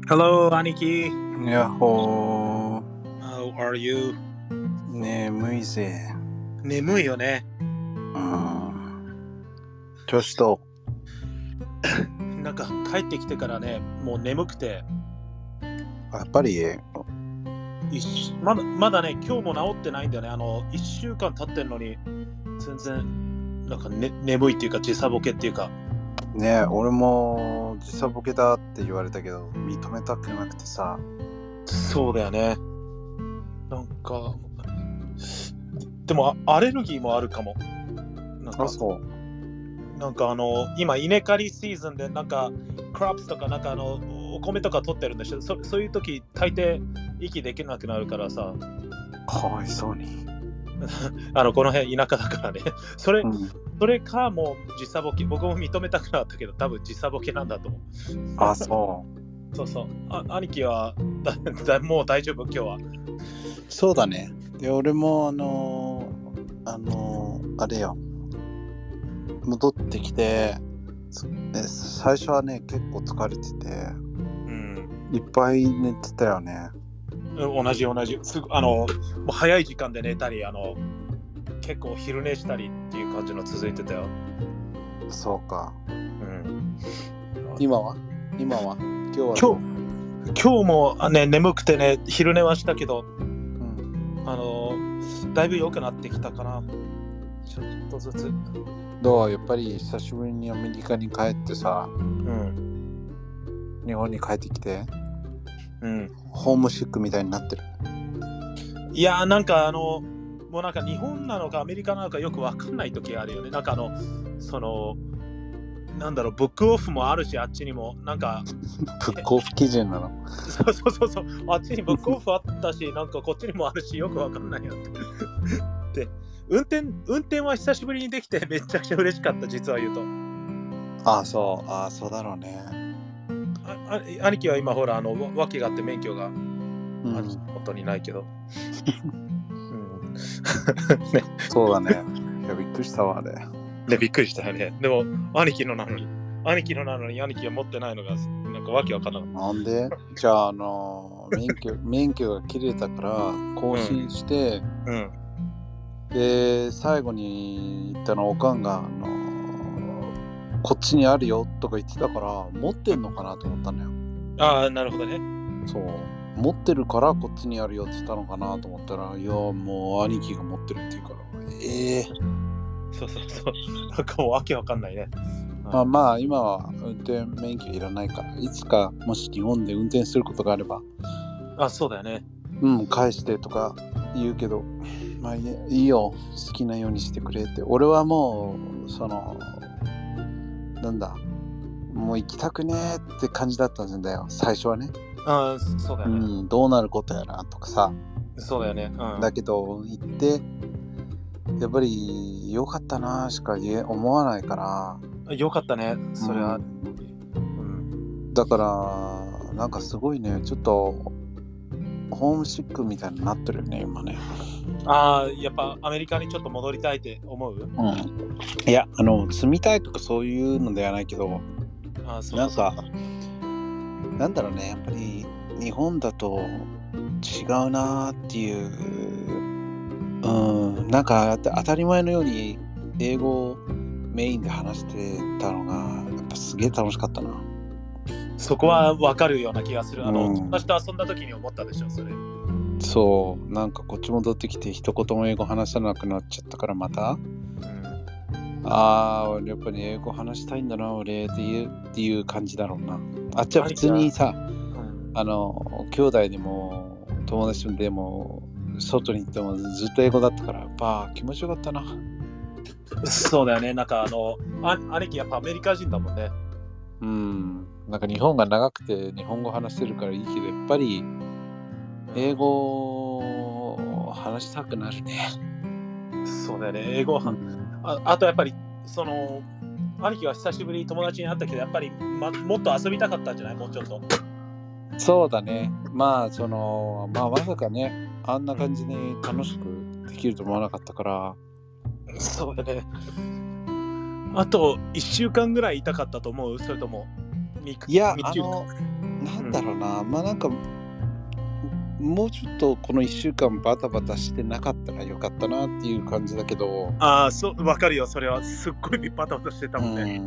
Hello, Aniki. やっほー。 How are you? 眠いぜ。 眠いよね。 調子と。 なんか帰ってきてからね、もう眠くて。 やっぱり、 まだね、今日も治ってないんだよね。1週間経ってんのに、全然、なんか、眠いっていうか、時差ボケっていうか。 ね、俺も時差ボケだって言われたけど、認めたくなくてさ。 そうだよね。なんか、でもアレルギーもあるかも。なんかそう。 なんか今稲刈りシーズンでなんかクロップスとかなんかお米とか取ってるんでしょ。そういう時大抵息できなくなるからさ。 かわいそうに。 この辺田舎だからね。それかもう時差ボケ。僕も認めたくなったけど多分時差ボケなんだと思う。 そう。 そうそう。兄貴はもう大丈夫今日は。 そうだね。で、俺もあれよ。戻ってきて、最初はね、結構疲れてて、いっぱい寝てたよね。 同じ。もう早い時間で寝たり、結構昼寝したりっていう感じの続いてたよ。 そうか。今は今日もね、眠くてね、昼寝はしたけど、だいぶ良くなってきたかな。ちょっとずつ。 どうやっぱり久しぶりにアメリカに帰ってさ、日本に帰ってきて、ホームシックみたいになってる。 いやー、なんかもうなんか日本なのかアメリカなのかよくわかんない時あるよね。なんかなんだろう、ブックオフもあるし、あっちにもなんかブックオフ基準なの。 そうあっちにブックオフあったし、なんかこっちにもあるし、よくわかんないよってで、運転は久しぶりにできてめちゃくちゃ嬉しかった、実は言うと。 そうだろうね。 兄貴は今ほら訳があって免許が本当にないけど、 ね、そうだね。いやびっくりしたわあれ。 ね、びっくりしたよね。でも兄貴なのに兄貴が持ってないのがなんかわけわかんない。 なんで？じゃあ免許が切れたから更新して、で最後に言ったのおかんがこっちにあるよとか言ってたから持ってんのかなと思ったのよ。 ああ、なるほどね。 そう持ってるからこっちにあるよって言ったのかなと思ったら、いやもう兄貴が持ってるって言うからそうなんかもうわけわかんないね。 まあ今は運転免許いらないから、いつかもし日本で運転することがあればそうだよね。 返してとか言うけど、まあいいよ、好きなようにしてくれって。俺はもうなんだ、もう行きたくねーって感じだったんだよ最初はね。 そうだよね。 どうなることやらとかさ。 そうだよね。 だけど行ってやっぱり良かったなしか思わないから。 良かったね、それは。 だからなんかすごいね、ちょっとホームシックみたいになってるよね今ね。 やっぱアメリカにちょっと戻りたいって思う？ いや住みたいとかそういうのではないけど、なんかなんだろうね、やっぱり日本だと違うなっていう、なんか当たり前のように英語をメインで話してたのがやっぱすげえ楽しかったな。 そこは分かるような気がする。私と遊んだ時に思ったでしょ、それ。 そう、なんかこっち戻ってきて一言も英語話さなくなっちゃったからまた、俺やっぱり英語話したいんだな俺っていう感じだろうな。あっちは普通にさ、兄弟でも友達でも外に行ってもずっと英語だったからやっぱ気持ちよかったな。 そうだよね。なんか兄貴やっぱアメリカ人だもんね。 なんか日本が長くて日本語話せるからいいけど、やっぱり英語を話したくなるね。 そうだよね、英語あとやっぱり兄貴は久しぶりに友達に会ったけど、やっぱり、もっと遊びたかったんじゃない？もうちょっと。 そうだね。まさかね、あんな感じで楽しくできると思わなかったから。 そうだね。あと1週間ぐらいいたかったと思う？それともいやなんだろうな、まあなんかもうちょっとこの1週間バタバタしてなかったらよかったなっていう感じだけど。 ああ、そう、わかるよ。それはすっごいバタバタしてたもんね。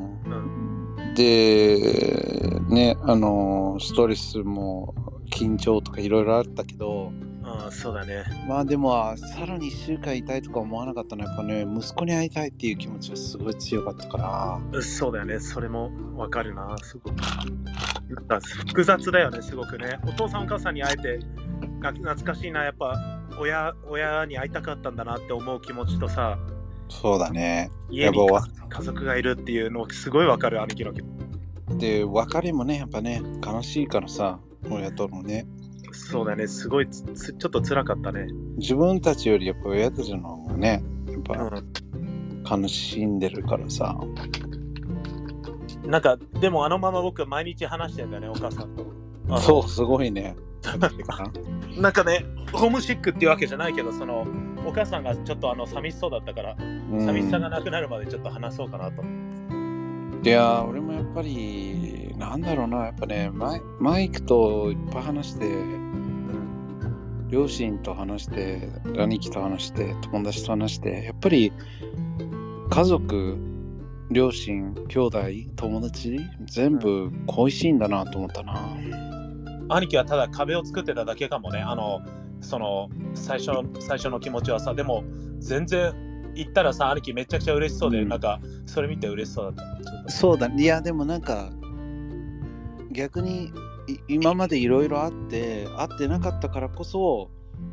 で、ね、ストレスも緊張とかいろいろあったけど、 ああ、そうだね。 まあでも、さらに1週間いたいとか思わなかったのは、やっぱね、息子に会いたいっていう気持ちがすごい強かったから。 そうだよね。それもわかるな。すごく。なんか複雑だよね、すごくね。お父さんお母さんに会えて、懐かしいな。やっぱ親に会いたかったんだなって思う気持ちとさ。 そうだね。 家に家族がいるっていうのすごいわかる、兄貴の気持ち。 で、別れもね、やっぱね、悲しいからさ、親とのね。 そうだね、すごいちょっと辛かったね。 自分たちよりやっぱ親たちの方がね、やっぱ悲しんでるからさ。 なんか、でもあのまま僕毎日話してんだよね、お母さんと。 そう、すごいね。 なんかね、ホームシックっていうわけじゃないけど、そのお母さんがちょっと寂しそうだったから、寂しさがなくなるまでちょっと話そうかなと。 いや俺もやっぱりなんだろうな、やっぱね、マイクといっぱい話して、両親と話して、兄貴と話して、友達と話して、やっぱり家族、両親、兄弟、友達全部恋しいんだなと思ったな。 兄貴はただ壁を作ってただけかもね。その最初の気持ちはさ、でも全然言ったらさ、兄貴めちゃくちゃ嬉しそうで、なんかそれ見て嬉しそうだった。 そうだ、いやでもなんか逆に今までいろいろあってなかったからこそ、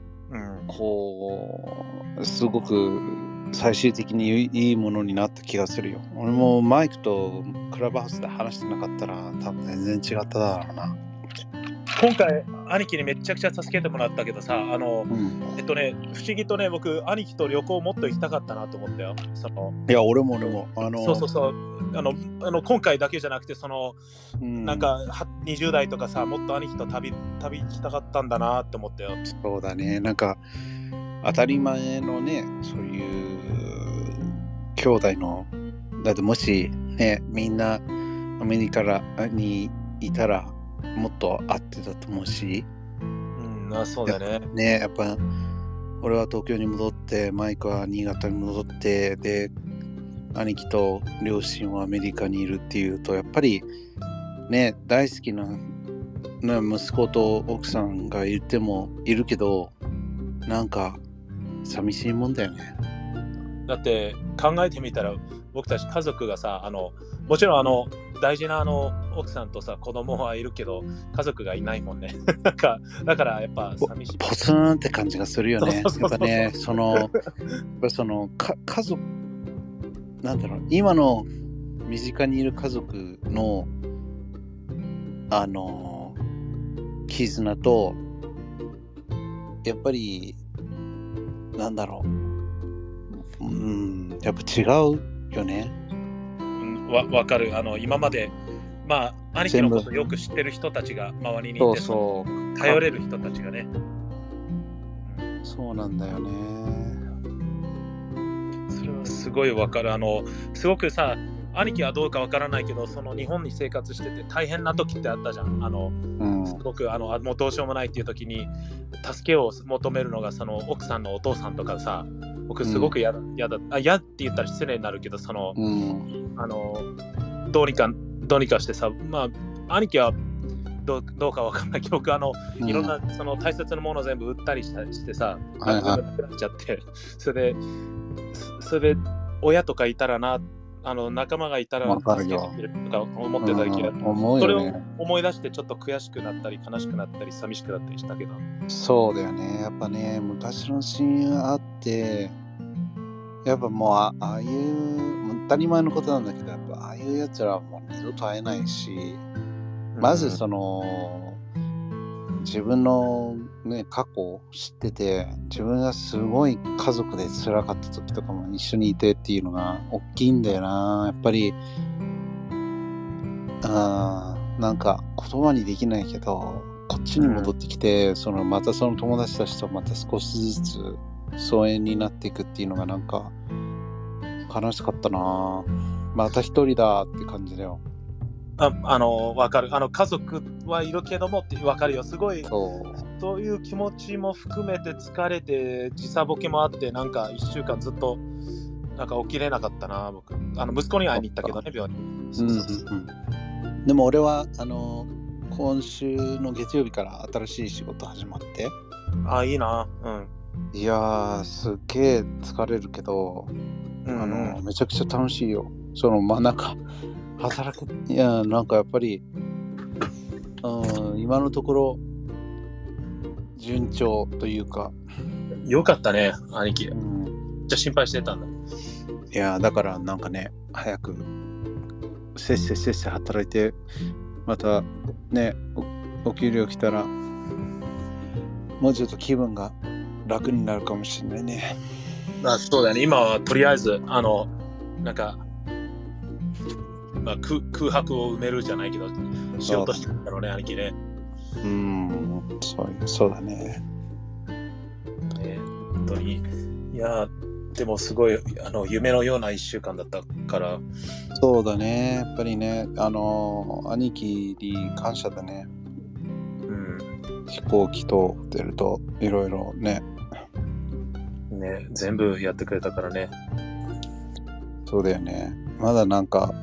こうすごく最終的にいいものになった気がするよ。俺もマイクとクラブハウスで話してなかったら多分全然違っただろうな。 今回兄貴にめちゃくちゃ助けてもらったけどさ、不思議とね、僕兄貴と旅行もっと行きたかったなと思ったよ。 いや俺もそう今回だけじゃなくてなんか20代とかさ、もっと兄貴と旅行きたかったんだなって思ったよ。 そうだね、なんか当たり前のね、そういう兄弟の、だってもしね、みんなアメリカにいたらもっと会ってたと思うし、 そうだね。 ね、やっぱ俺は東京に戻って、マイクは新潟に戻って、で兄貴と両親はアメリカにいるっていうと、やっぱりね、大好きな、息子と奥さんがいるけど、なんか寂しいもんだよね。 だって考えてみたら、僕たち家族がさ、もちろん大事な奥さんとさ、子供はいるけど家族がいないもんね。だからやっぱ寂しい。 ポツンって感じがするよね。やっぱね、家族なんだろう、今の身近にいる家族の絆とやっぱりなんだろう、やっぱ違うよね。 わかる。今まで兄貴のことよく知ってる人たちが周りにいて、頼れる人たちがね。 そうなんだよね。 それはすごいわかる。すごくさ、兄貴はどうかわからないけど、日本に生活してて大変な時ってあったじゃん。すごくもうどうしようもないっていう時に助けを求めるのが奥さんのお父さんとかさ、僕すごく嫌って言ったら失礼になるけど、どうにかしてさ、兄貴はどうかわかんないけど、僕いろんな大切なものを全部売ったりしてさ、なくなっちゃって、それで親とかいたらな、仲間がいたら助けてくれるとか思ってた時、それを思い出してちょっと悔しくなったり悲しくなったり寂しくなったりしたけど。 そうだよね。やっぱね、昔の親友あって、やっぱもうああいう当たり前のことなんだけど、やっぱああいうやつらはもう二度と会えないし、まず自分のね過去を知ってて、自分がすごい家族で辛かった時とかも一緒にいてっていうのが大きいんだよな。やっぱりなんか言葉にできないけど、こっちに戻ってきて、またその友達たちとまた少しずつ疎遠になっていくっていうのがなんか悲しかったな。また一人だって感じだよ。 わかる。家族はいるけどもってわかるよ。すごい、そういう気持ちも含めて疲れて、時差ボケもあって、なんか1週間ずっと、なんか起きれなかったな、僕。息子に会いに行ったけどね、病院に。 でも俺は、今週の月曜日から新しい仕事始まって。 いいな。 いやー、すっげー疲れるけど、めちゃくちゃ楽しいよ。なんか、いや、なんかやっぱり、今のところ、順調というか。 よかったね、兄貴。じゃあ心配してたんだ。 いや、だからなんかね、早く、せっせ働いて、またね、お給料来たら、もうちょっと気分が楽になるかもしれないね。 そうだよね。今はとりあえず、なんか、空白を埋めるじゃないけど、しようとしてるんだろうね、兄貴ね。 そうだね。 本当に。いや、でもすごい夢のような1週間だったから。 そうだね。やっぱりね、兄貴に感謝だね。飛行機とホテルといろいろね。 全部やってくれたからね。 そうだよね。まだなんか、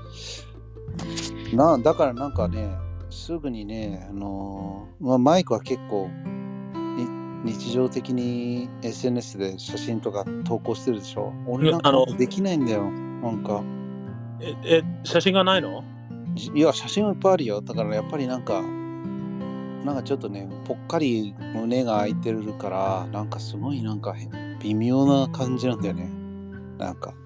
だからなんかね、すぐにね、マイクは結構日常的に SNS で写真とか投稿してるでしょ。俺なんかできないんだよ。なんか。 写真がないの？ いや、写真はいっぱいあるよ。だからやっぱりなんかちょっとね、ぽっかり胸が開いてるから、なんかすごいなんか微妙な感じなんだよね。なんか。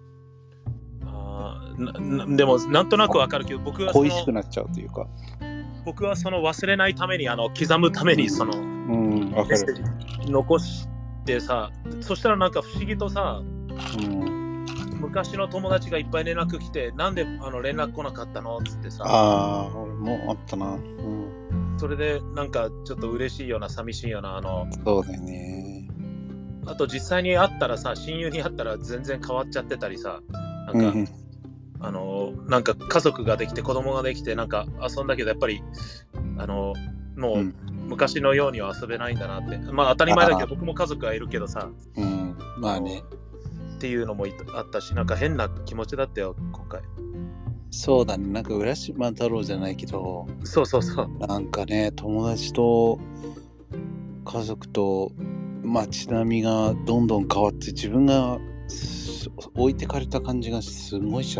でもなんとなくわかるけど、僕は恋しくなっちゃうというか。 僕は忘れないために刻むためにメッセージ残してさ、そしたらなんか不思議とさ、昔の友達がいっぱい連絡来て、なんで連絡来なかったのっつってさ。 俺もあったな。 それでなんかちょっと嬉しいような寂しいようなそうだよね。 あと実際に会ったらさ、親友に会ったら全然変わっちゃってたりさ、なんか、なんか家族ができて子供ができてなんか遊んだけどやっぱりもう昔のようには遊べないんだなって、当たり前だけど僕も家族はいるけどさ、 まあねっていうのもあったし、なんか変な気持ちだったよ今回。 そうだね、なんか浦島太郎じゃないけど、 そうなんかね、友達と家族と街並みがどんどん変わって、自分が置いてかれた感じがすごいしちゃって、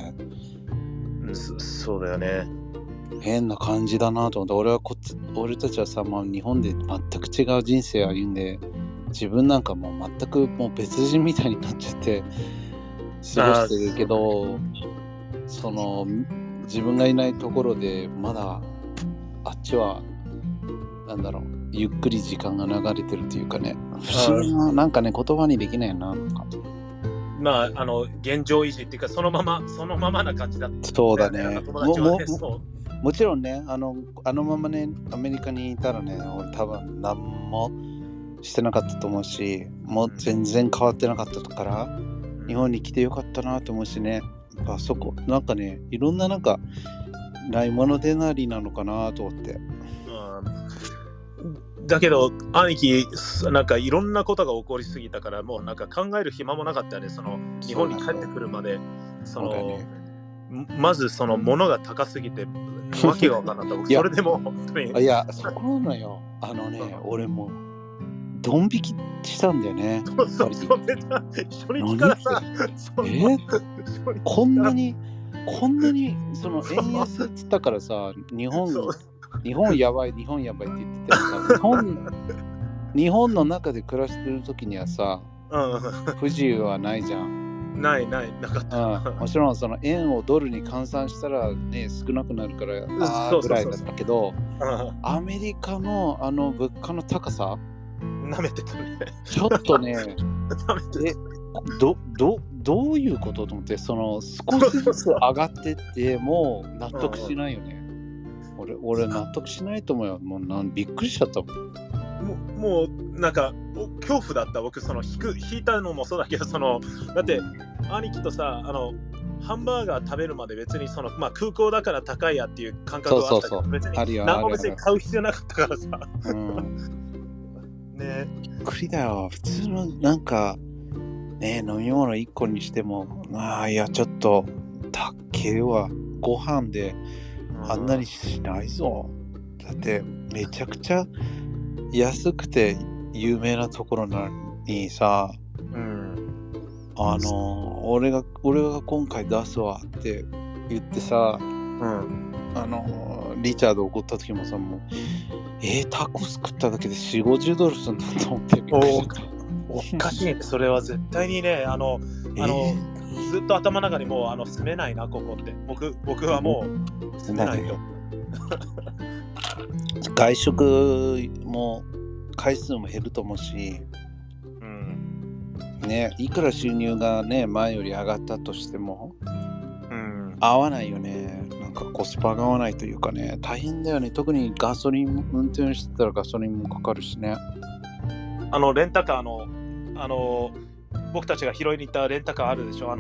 そうだよね。 変な感じだなと思って、俺たちはさ、日本で全く違う人生を歩んで、自分なんかもう全くもう別人みたいになっちゃって過ごしてるけど、自分がいないところでまだあっちはなんだろう、ゆっくり時間が流れてるというかね、不思議な、なんかね、言葉にできないなとか。 現状維持っていうかそのままな感じだった、ね。 そうだね。もちろんね、あのままね、アメリカにいたらね、俺多分何もしてなかったと思うし、もう全然変わってなかったから、日本に来てよかったなと思うしね。そこなんかね、いろんななんかないものでなりなのかなと思って。 だけど兄貴、なんかいろんなことが起こりすぎたから、もうなんか考える暇もなかったよね。日本に帰ってくるまで、まず物が高すぎてわけが分からなかった。それでも本当に。 いや、そこなのよ。俺もドン引きしたんだよね。 そう初日からさ、 こんなに円安っつったからさ、日本やばいって言ってたらさ、日本の中で暮らしてる時にはさ、不自由はないじゃん。 なかった。 もちろん円をドルに換算したらね、少なくなるからぐらいだったけど、アメリカの物価の高さ舐めてたね。 ちょっとねどういうことと思って、少しずつ上がってってもう納得しないよね。俺納得しないと思うよ。もうびっくりしちゃったもうなんか恐怖だった。僕引いたのもそうだけど、だって兄貴とさハンバーガー食べるまで別にその、まあ、空港だから高いやっていう感覚はあったけど、別に何も別に買う必要なかったからさ。 ね、びっくりだよ。普通のなんかね、飲み物1個にしても、いやちょっと高えわ。ご飯であんなにしないぞ。だってめちゃくちゃ安くて有名なところなのにさ、俺が今回出すわって言ってさ、リチャード怒った時もさ、もうタコス食っただけで$40、50するんだと思って。 おかしいね、それは絶対にね、ずっと頭の中にもう住めないな、ここって。僕はもう住めないと。 外食も回数も減ると思うし、ね、いくら収入がね前より上がったとしても、合わないよね。なんかコスパが合わないというかね、大変だよね。特にガソリン運転してたらガソリンもかかるしね。 レンタカー僕たちが拾いに行ったレンタカーあるでしょ。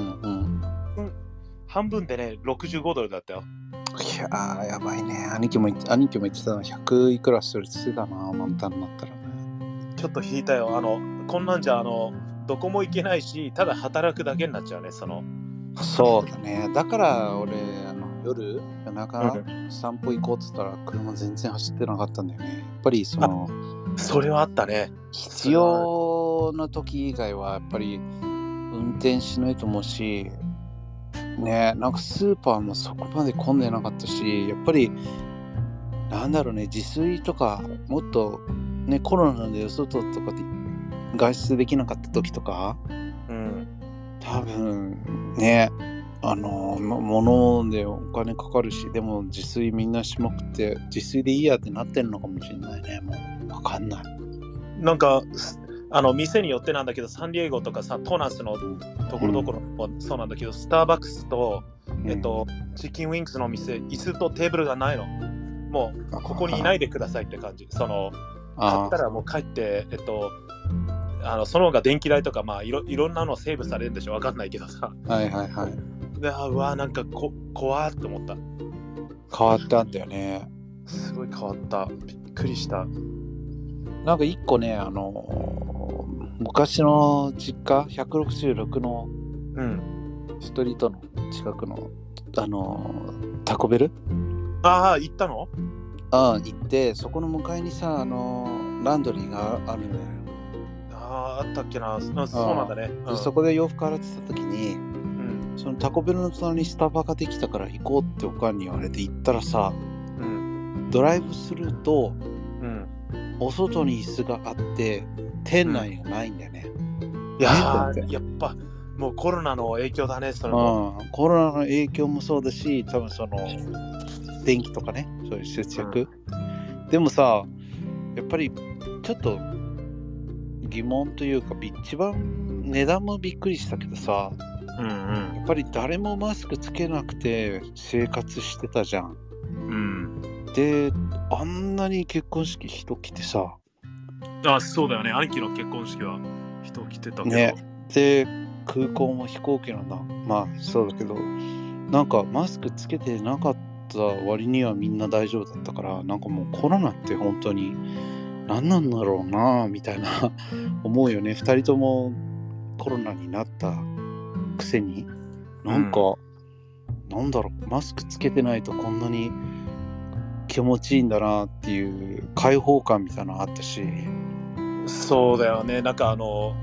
半分でね$65だったよ。 いやーやばいね。兄貴も言ってたの100いくらするって言ってたな、満タンになったらね。ちょっと引いたよ。こんなんじゃどこも行けないし、ただ働くだけになっちゃうね。 そうだね。だから俺夜中散歩行こうって言ったら車全然走ってなかったんだよね。やっぱりそれはあったね。 必要な時以外はやっぱり運転しないと思うしね。なんかスーパーもそこまで混んでなかったし、やっぱりなんだろうね、自炊とかもっとね、コロナで外とかで外出できなかった時とか、多分ね、物でお金かかるし、でも自炊みんなしまくって自炊でいいやってなってるのかもしれないね。もう分かんない。 なんか店によってなんだけど、サンディエゴとかさ、トーナスのところどころもそうなんだけど、スターバックスと、チキンウィングスの店、椅子とテーブルがないの。もうここにいないでくださいって感じ。買ったらもう帰って、その方が電気代とか、まあいろんなのセーブされるんでしょ、わかんないけどさ。で、うわ、なんか怖って思った。 変わったんだよね。 すごい変わった。びっくりした。 なんか一個ね、昔の実家166のストリートの近くのタコベル、 行ったの？ 行って、そこの向かいにさランドリーがあるんだよ。 あったっけな。そうなんだね。 そこで洋服洗ってた時に、そのタコベルの隣にスタバができたから行こうっておかんに言われて行ったらさ、ドライブすると、お外に椅子があって店内がないんだよね。 やっぱもうコロナの影響だね。それも、 コロナの影響もそうだし、多分電気とかね、そういう節約、でもさ、やっぱりちょっと疑問というか、一番値段もびっくりしたけどさ、やっぱり誰もマスクつけなくて生活してたじゃん。で、あんなに結婚式人来てさ。 そうだよね。兄貴の結婚式は人来てたけど。 ね。で、空港も飛行機なんだ。まあそうだけど、なんかマスクつけてなかった割にはみんな大丈夫だったから、なんかもうコロナって本当に何なんだろうなみたいな思うよね。2人ともコロナになったくせに、なんか、なんだろう、マスクつけてないとこんなに気持ちいいんだなっていう開放感みたいなのあったし。 そうだよね。なんか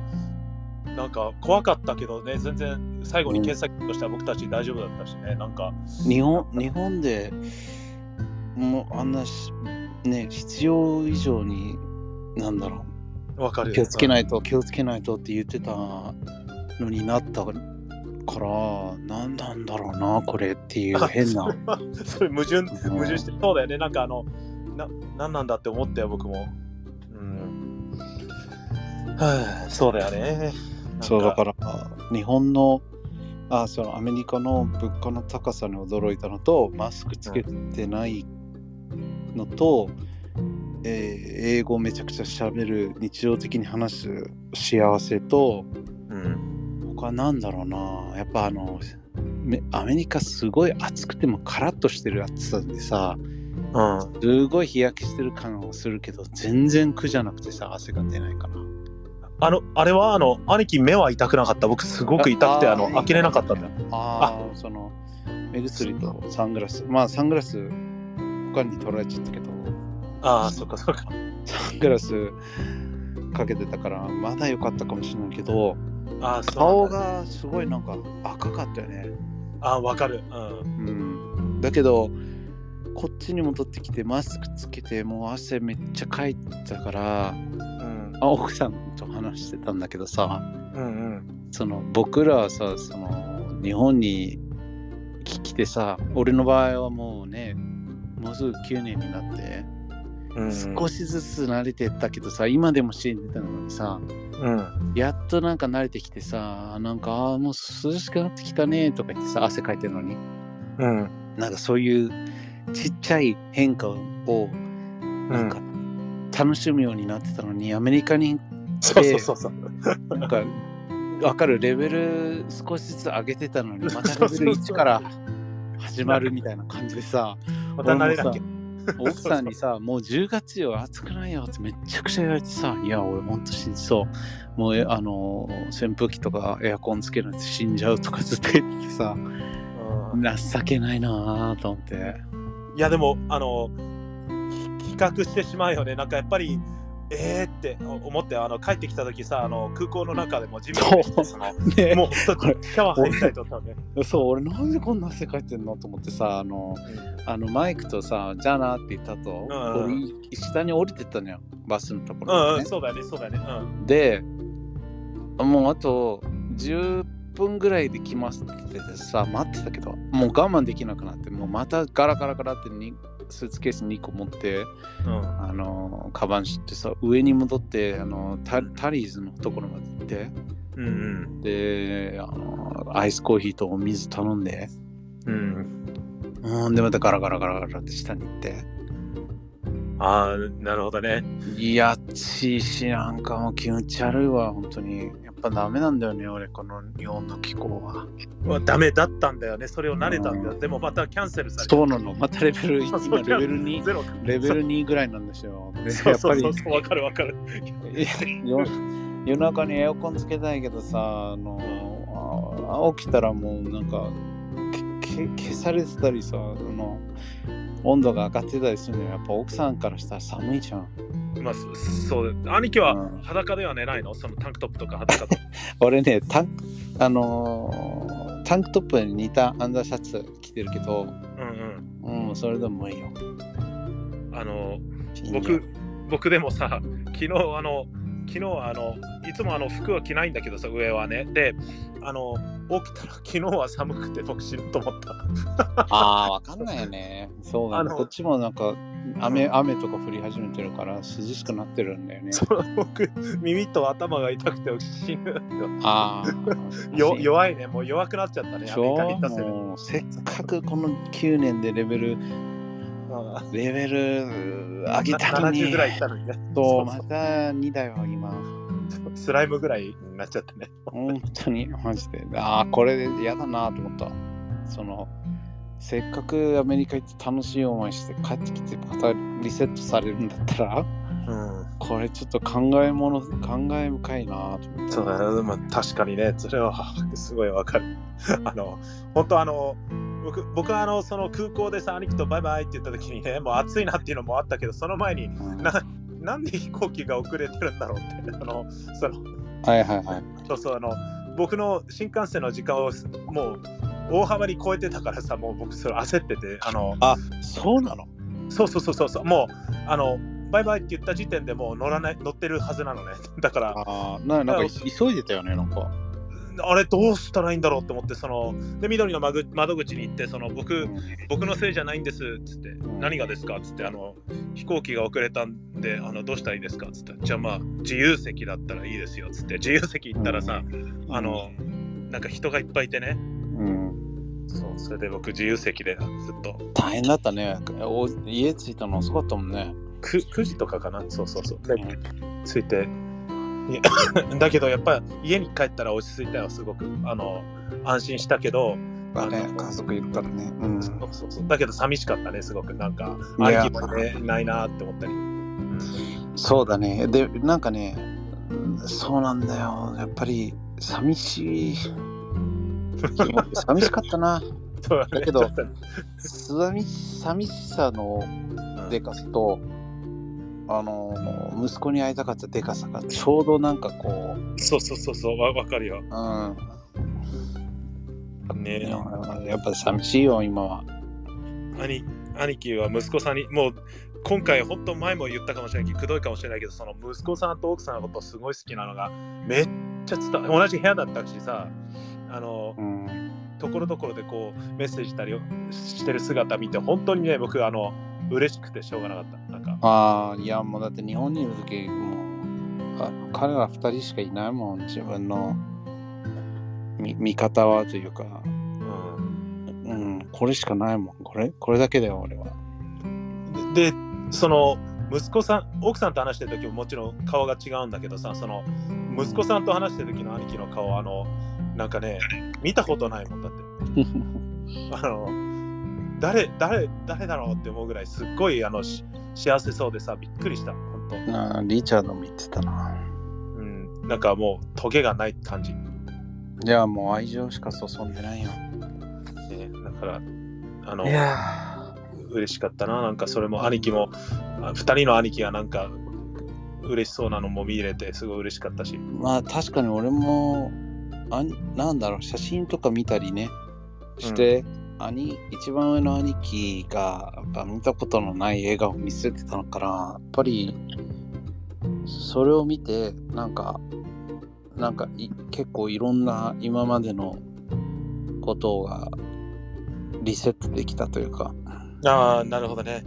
怖かったけどね、全然最後に検査キットとしては僕たち大丈夫だったしね。なんか日本でもうあんなね、必要以上になんだろう、 わかる、 気をつけないとって言ってたのになったから、何なんだろうなこれっていう変なそれ矛盾して、そうだよね。なんか何なんだって思ったよ、僕も。そうだよね。 そうだから、日本のそのアメリカの物価の高さに驚いたのと、マスクつけてないのと、英語めちゃくちゃ喋る、日常的に話す幸せと、他なんだろうな、やっぱアメリカすごい暑くてもカラッとしてる暑さでさ、すごい日焼けしてる感はするけど、全然苦じゃなくてさ、汗が出ないかな。 あれは兄貴目は痛くなかった？僕すごく痛くて開けれなかったんだよ。 その目薬とサングラス、サングラス他に取られちゃったけど、 そっかそっか。 サングラスかけてたからまだ良かったかもしれないけど、顔がすごいなんか赤かったよね。 わかる。 だけどこっちに戻ってきてマスクつけてもう汗めっちゃかいたから、奥さんと話してたんだけどさ、その僕らはさ、その日本に来てさ、俺の場合はもうね、もうすぐ9年になって、少しずつ慣れてったけどさ、今でも死んでたのにさ、やっとなんか慣れてきてさ、なんかもう涼しくなってきたねとか言ってさ、汗かいてるのに、なんかそういうちっちゃい変化をなんか楽しむようになってたのに、アメリカに行ってなんか分かる、レベル少しずつ上げてたのにまたレベル1から始まるみたいな感じでさ、 また慣れなきゃ。 奥さんにさ、もう10月よ、暑くないよってめちゃくちゃ言われてさ、いや俺ほんと死にそう、もう扇風機とかエアコンつけないと死んじゃうとかずっと言ってさ、情けないなぁと思って。 いやでも比較してしまうよね。なんかやっぱりって思って、帰ってきた時さ、空港の中でも自分でもうシャワー入りたいと思ったね。 そう、俺なんでこんな汗かいてんのと思ってさ、マイクとさ、じゃあなって言ったと、俺下に降りてったのよ、バスのところに、ね。 そうだね。 で、もうあと10分ぐらいで来ますって言ってさ、待ってたけど、もう我慢できなくなって、もうまたガラってスーツケース2個持って、カバンしってさ、上に戻ってタリーズのところまで行って、でアイスコーヒーとお水頼んで、でまたガラって下に行って、 なるほどね。 いや暑いし、なんかもう気持ち悪いわ、本当に。やっぱダメなんだよね、俺この日本の気候は。 ダメだったんだよね、それを慣れたんだよ。でもまたキャンセルされた。 そうなの、またレベル1、今レベル2ぐらいなんですよ。やっぱりわかる。 夜中にエアコンつけたいけどさ、起きたらもうなんか消されてたりさ、温度が上がってたりするのよ。やっぱ奥さんからしたら寒いじゃん。 そう。兄貴は裸では寝ないの？そのタンクトップとか裸と。 俺ね、タンクトップに似たアンダーシャツ着てるけど、それでもいいよ。 僕でもさ、昨日いつも服は着ないんだけどさ、上はね。で、起きたら昨日は寒くて僕死ぬと思った。 わかんないよね。そうだね。こっちもなんか雨とか降り始めてるから涼しくなってるんだよね。 僕耳と頭が痛くて死ぬ。弱いね。もう弱くなっちゃったね。アメリカに行ったせっかくこの9年でレベル上げたのに、 70ぐらいいったのにね。 そう、また2だよ今。 スライムぐらいになっちゃってね。 本当にマジで。これで嫌だなと思った。せっかくアメリカ行って楽しい思いして帰ってきてまたリセットされるんだったら、これちょっと感慨深いなと思って。 そうだね、確かにね、それはすごいわかる。本当僕はその空港でさ、兄貴とバイバイって言った時にね、もう暑いなっていうのもあったけど、その前に、なんで飛行機が遅れてるんだろうって、僕の新幹線の時間をもう大幅に超えてたからさ、もう僕それ焦ってて、 そうなの？ そう、もうバイバイって言った時点でもう乗ってるはずなのね。だからなんか急いでたよね、なんか。 あれどうしたらいいんだろうって思って、で緑の窓口に行って、僕のせいじゃないんですっつって、何がですかっつって、飛行機が遅れたんでどうしたらいいですかっつって、じゃあ自由席だったらいいですよっつって、自由席行ったらさ、なんか人がいっぱいいてね、それで僕自由席でずっと。 大変だったね。家着いたの遅かったもんね。 9時とかかな。そうで着いて、だけどやっぱり家に帰ったら落ち着いたよ、すごく安心したけど、 家族いるからね。 そうだけど寂しかったね、すごく。なんか、兄貴もね、いないなって思ったり。 そうだね。で、なんかね、そうなんだよ。やっぱり寂しかったな。だけど、寂しさのでかさと、息子に会いたかったでかさがちょうどなんかこう。 そう、わかるよ。 ね、やっぱ寂しいよ、今は。 兄貴は息子さんに、もう今回本当前も言ったかもしれないけど、くどいかもしれないけど、その息子さんと奥さんのことすごい好きなのがめっちゃ同じ部屋だったしさ、ところどころでこうメッセージしたりしてる姿見て本当にね、僕嬉しくてしょうがなかった。なんかいや、もうだって日本にいる時もう彼ら2人しかいないもん、自分の味方はというか、これしかないもん。これだけだよ、俺は。 で、その息子さん、奥さんと話してる時ももちろん顔が違うんだけどさ、その息子さんと話してる時の兄貴の顔、なんかね、見たことないもんだって。誰だろうって思うぐらいすっごい幸せそうでさ、びっくりした、本当。 リチャード見てたな。 なんかもうトゲがない感じ。 いや、もう愛情しか注んでないよ。 だから嬉しかったな。なんかそれも兄貴も2人の兄貴がなんか嬉しそうなのも見れてすごい嬉しかったし。 まあ確かに俺もなんだろう、写真とか見たりねして、一番上の兄貴がやっぱ見たことのない笑顔を見せてたのから、やっぱりそれを見てなんか結構いろんな今までのことがリセットできたというか。 なるほどね。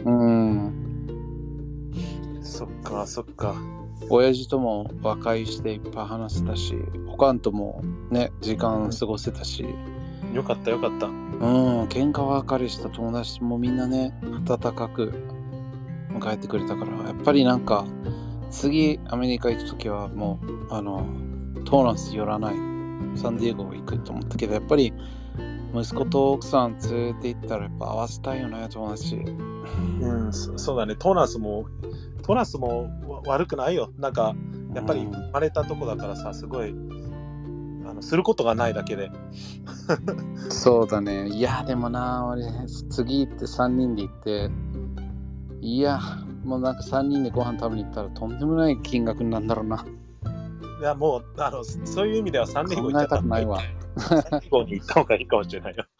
そっか。 親父とも和解していっぱい話せたし、他んともね時間過ごせたし、 よかった。 喧嘩別れした友達もみんなね温かく迎えてくれたから、やっぱりなんか次アメリカ行くときはもうトーランス寄らない、サンディエゴ行くと思ったけど、やっぱり息子と奥さん連れて行ったらやっぱ合わせたいよね、友達。 そうだね。トーランスも悪くないよ。なんかやっぱり生まれたとこだからさ、すごいすることがないだけで。 そうだね。いやでもな、俺次行って3人で行って、いやもうなんか3人でご飯食べに行ったらとんでもない金額になるんだろうな。いやもうそういう意味では3年後行っちゃったないわ。 3年後に行った方がいいかもしれないよ。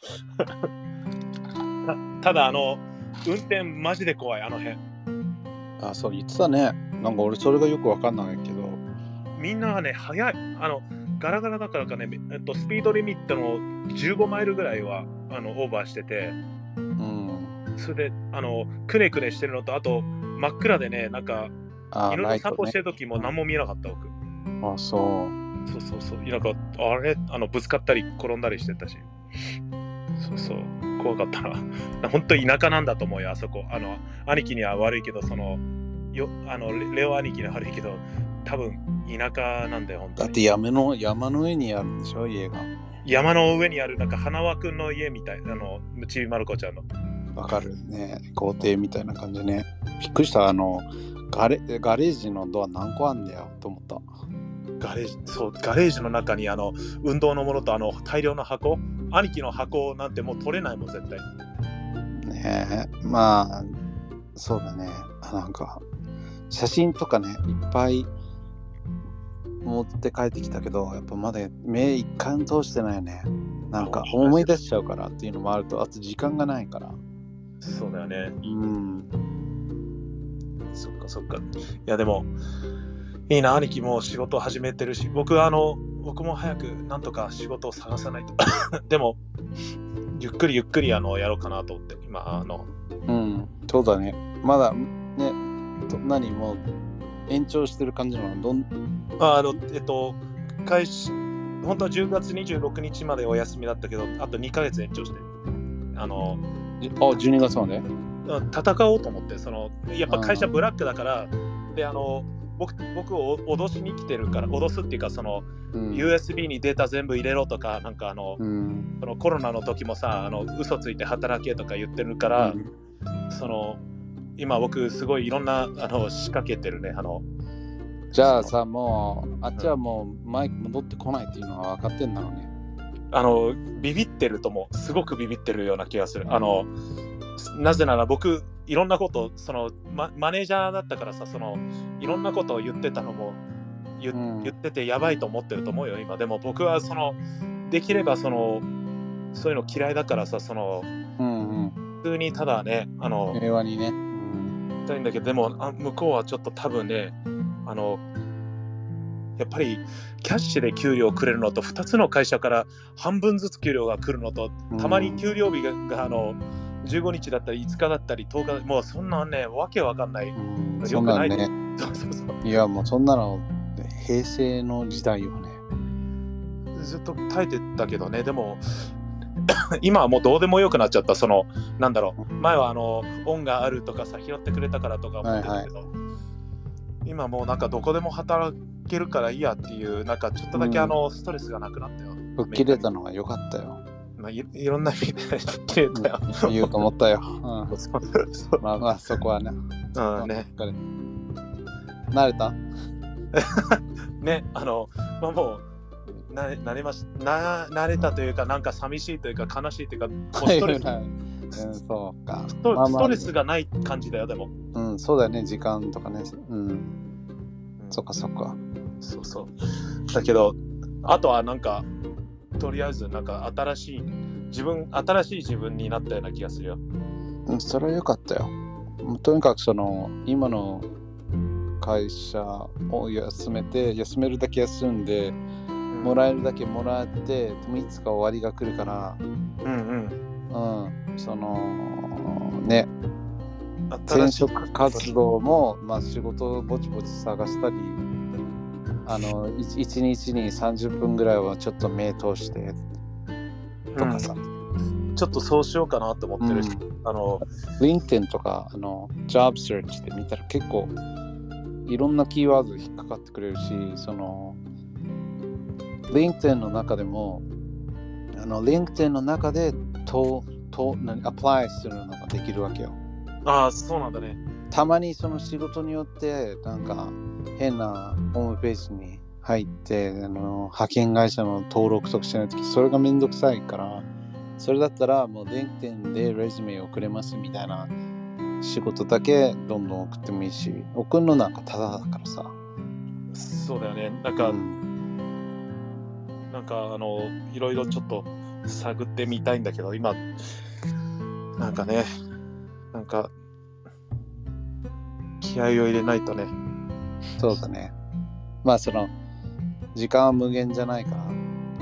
ただ運転マジで怖い、あの辺。 そう言ってたね。なんか俺それがよくわかんないけど、 みんなはね速い、ガラガラだからかね、スピードリミットの15マイルぐらいはオーバーしてて、それでくねくねしてるのと、あと真っ暗でね、なんか犬の散歩してる時も何も見えなかった、僕。 そうなんかあれぶつかったり転んだりしてたし、怖かったな。本当田舎なんだと思うよ、あそこ。兄貴には悪いけど、レオ兄貴には悪いけど、多分田舎なんだよ、本当に。 だって山の上にあるんでしょ、家が。 山の上にある、なんか花輪くんの家みたい、ちびまる子ちゃんの。 わかるね、豪邸みたいな感じね。びっくりした。ガレージのドア何個あんだよと思った。 ガレージの中に運動のものと大量の箱、兄貴の箱なんてもう取れないもん、絶対。 ねえ、まあそうだね。なんか写真とかねいっぱい持って帰ってきたけど、やっぱまだ目一回も通してないよね。なんか思い出しちゃうからっていうのもあると、あと時間がないから。 そうだよね。そっか。いやでもいいな、兄貴も仕事を始めてるし、僕も早くなんとか仕事を探さないと。でもゆっくりやろうかなと思って今そうだね。まだね、何もう延長してる感じなの？ 開始本当は10月26日までお休みだったけど、あと2ヶ月延長して 12月まで戦おうと思って、やっぱ会社ブラックだから、で僕を脅しに来てるから、脅すっていうか、その、USB にデータ全部入れろとか、なんかそのコロナの時もさ、嘘ついて働けとか言ってるから、その、今僕すごいいろんな仕掛けてるね。 じゃあさ、もう、あっちはもうマイク戻ってこないっていうのは分かってんだろうね。 ビビってるとも、すごくビビってるような気がする。なぜなら僕、いろんなこと、その、マネージャーだったからさ、その、いろんなことを言ってたのも、言っててやばいと思ってると思うよ、今。でも僕は、その、できれば、そういうの嫌いだからさ、その、普通にただね、 平和にね。 たいんだけど、でも向こうはちょっと多分ね、やっぱりキャッシュで給料をくれるのと、2つの会社から半分ずつ給料が来るのと、たまに給料日が15日だったり5日だったり10日、もうそんなね、わけわかんない。 よくないね。いや、もうそんなの平成の時代よね。 ずっと耐えてたけどね、でも今はもうどうでもよくなっちゃった。その、なんだろう、前は恩があるとかさ、拾ってくれたからとか思ってたけど、今もうなんかどこでも働けるからいいやっていう、なんかちょっとだけストレスがなくなったよ。 吹っ切れたのが良かったよ。 まあ、いろんな意味で吹っ切れたよ。 言うと思ったよ。まあまあそこはね。 ね。 慣れたね、まあもう慣れたというか、なんか寂しいというか悲しいというか、ストレスそうか。 ストレスがない感じだよ、でも。 そうだよね、時間とかね。そっかそっか。 そうそう。だけど、あとはなんか、とりあえずなんか新しい自分になったような気がするよ。 それは良かったよ。とにかくその今の会社を休めるだけ休んで、もらえるだけもらって、でもいつか終わりが来るから、そのね、転職活動も、まあ、仕事をぼちぼち探したり、1日に30分ぐらいはちょっと目通してとかさ、 ちょっとそうしようかなと思ってるし、 LinkedIn とかJob Search で見たら結構いろんなキーワード引っかかってくれるし、そのLinkedIn の中でもLinkedIn の中でアプライするのができるわけよ。 ああ、そうなんだね。 たまにその仕事によってなんか変なホームページに入って派遣会社の登録とかしないとき、それがめんどくさいから、それだったらもう LinkedIn でレジュメを送れますみたいな仕事だけどんどん送ってもいいし、送るのなんかタダだからさ。 そうだよね。なんかいろいろちょっと探ってみたいんだけど、今なんかね、なんか気合を入れないとね。 そうだね。まあその時間は無限じゃないから、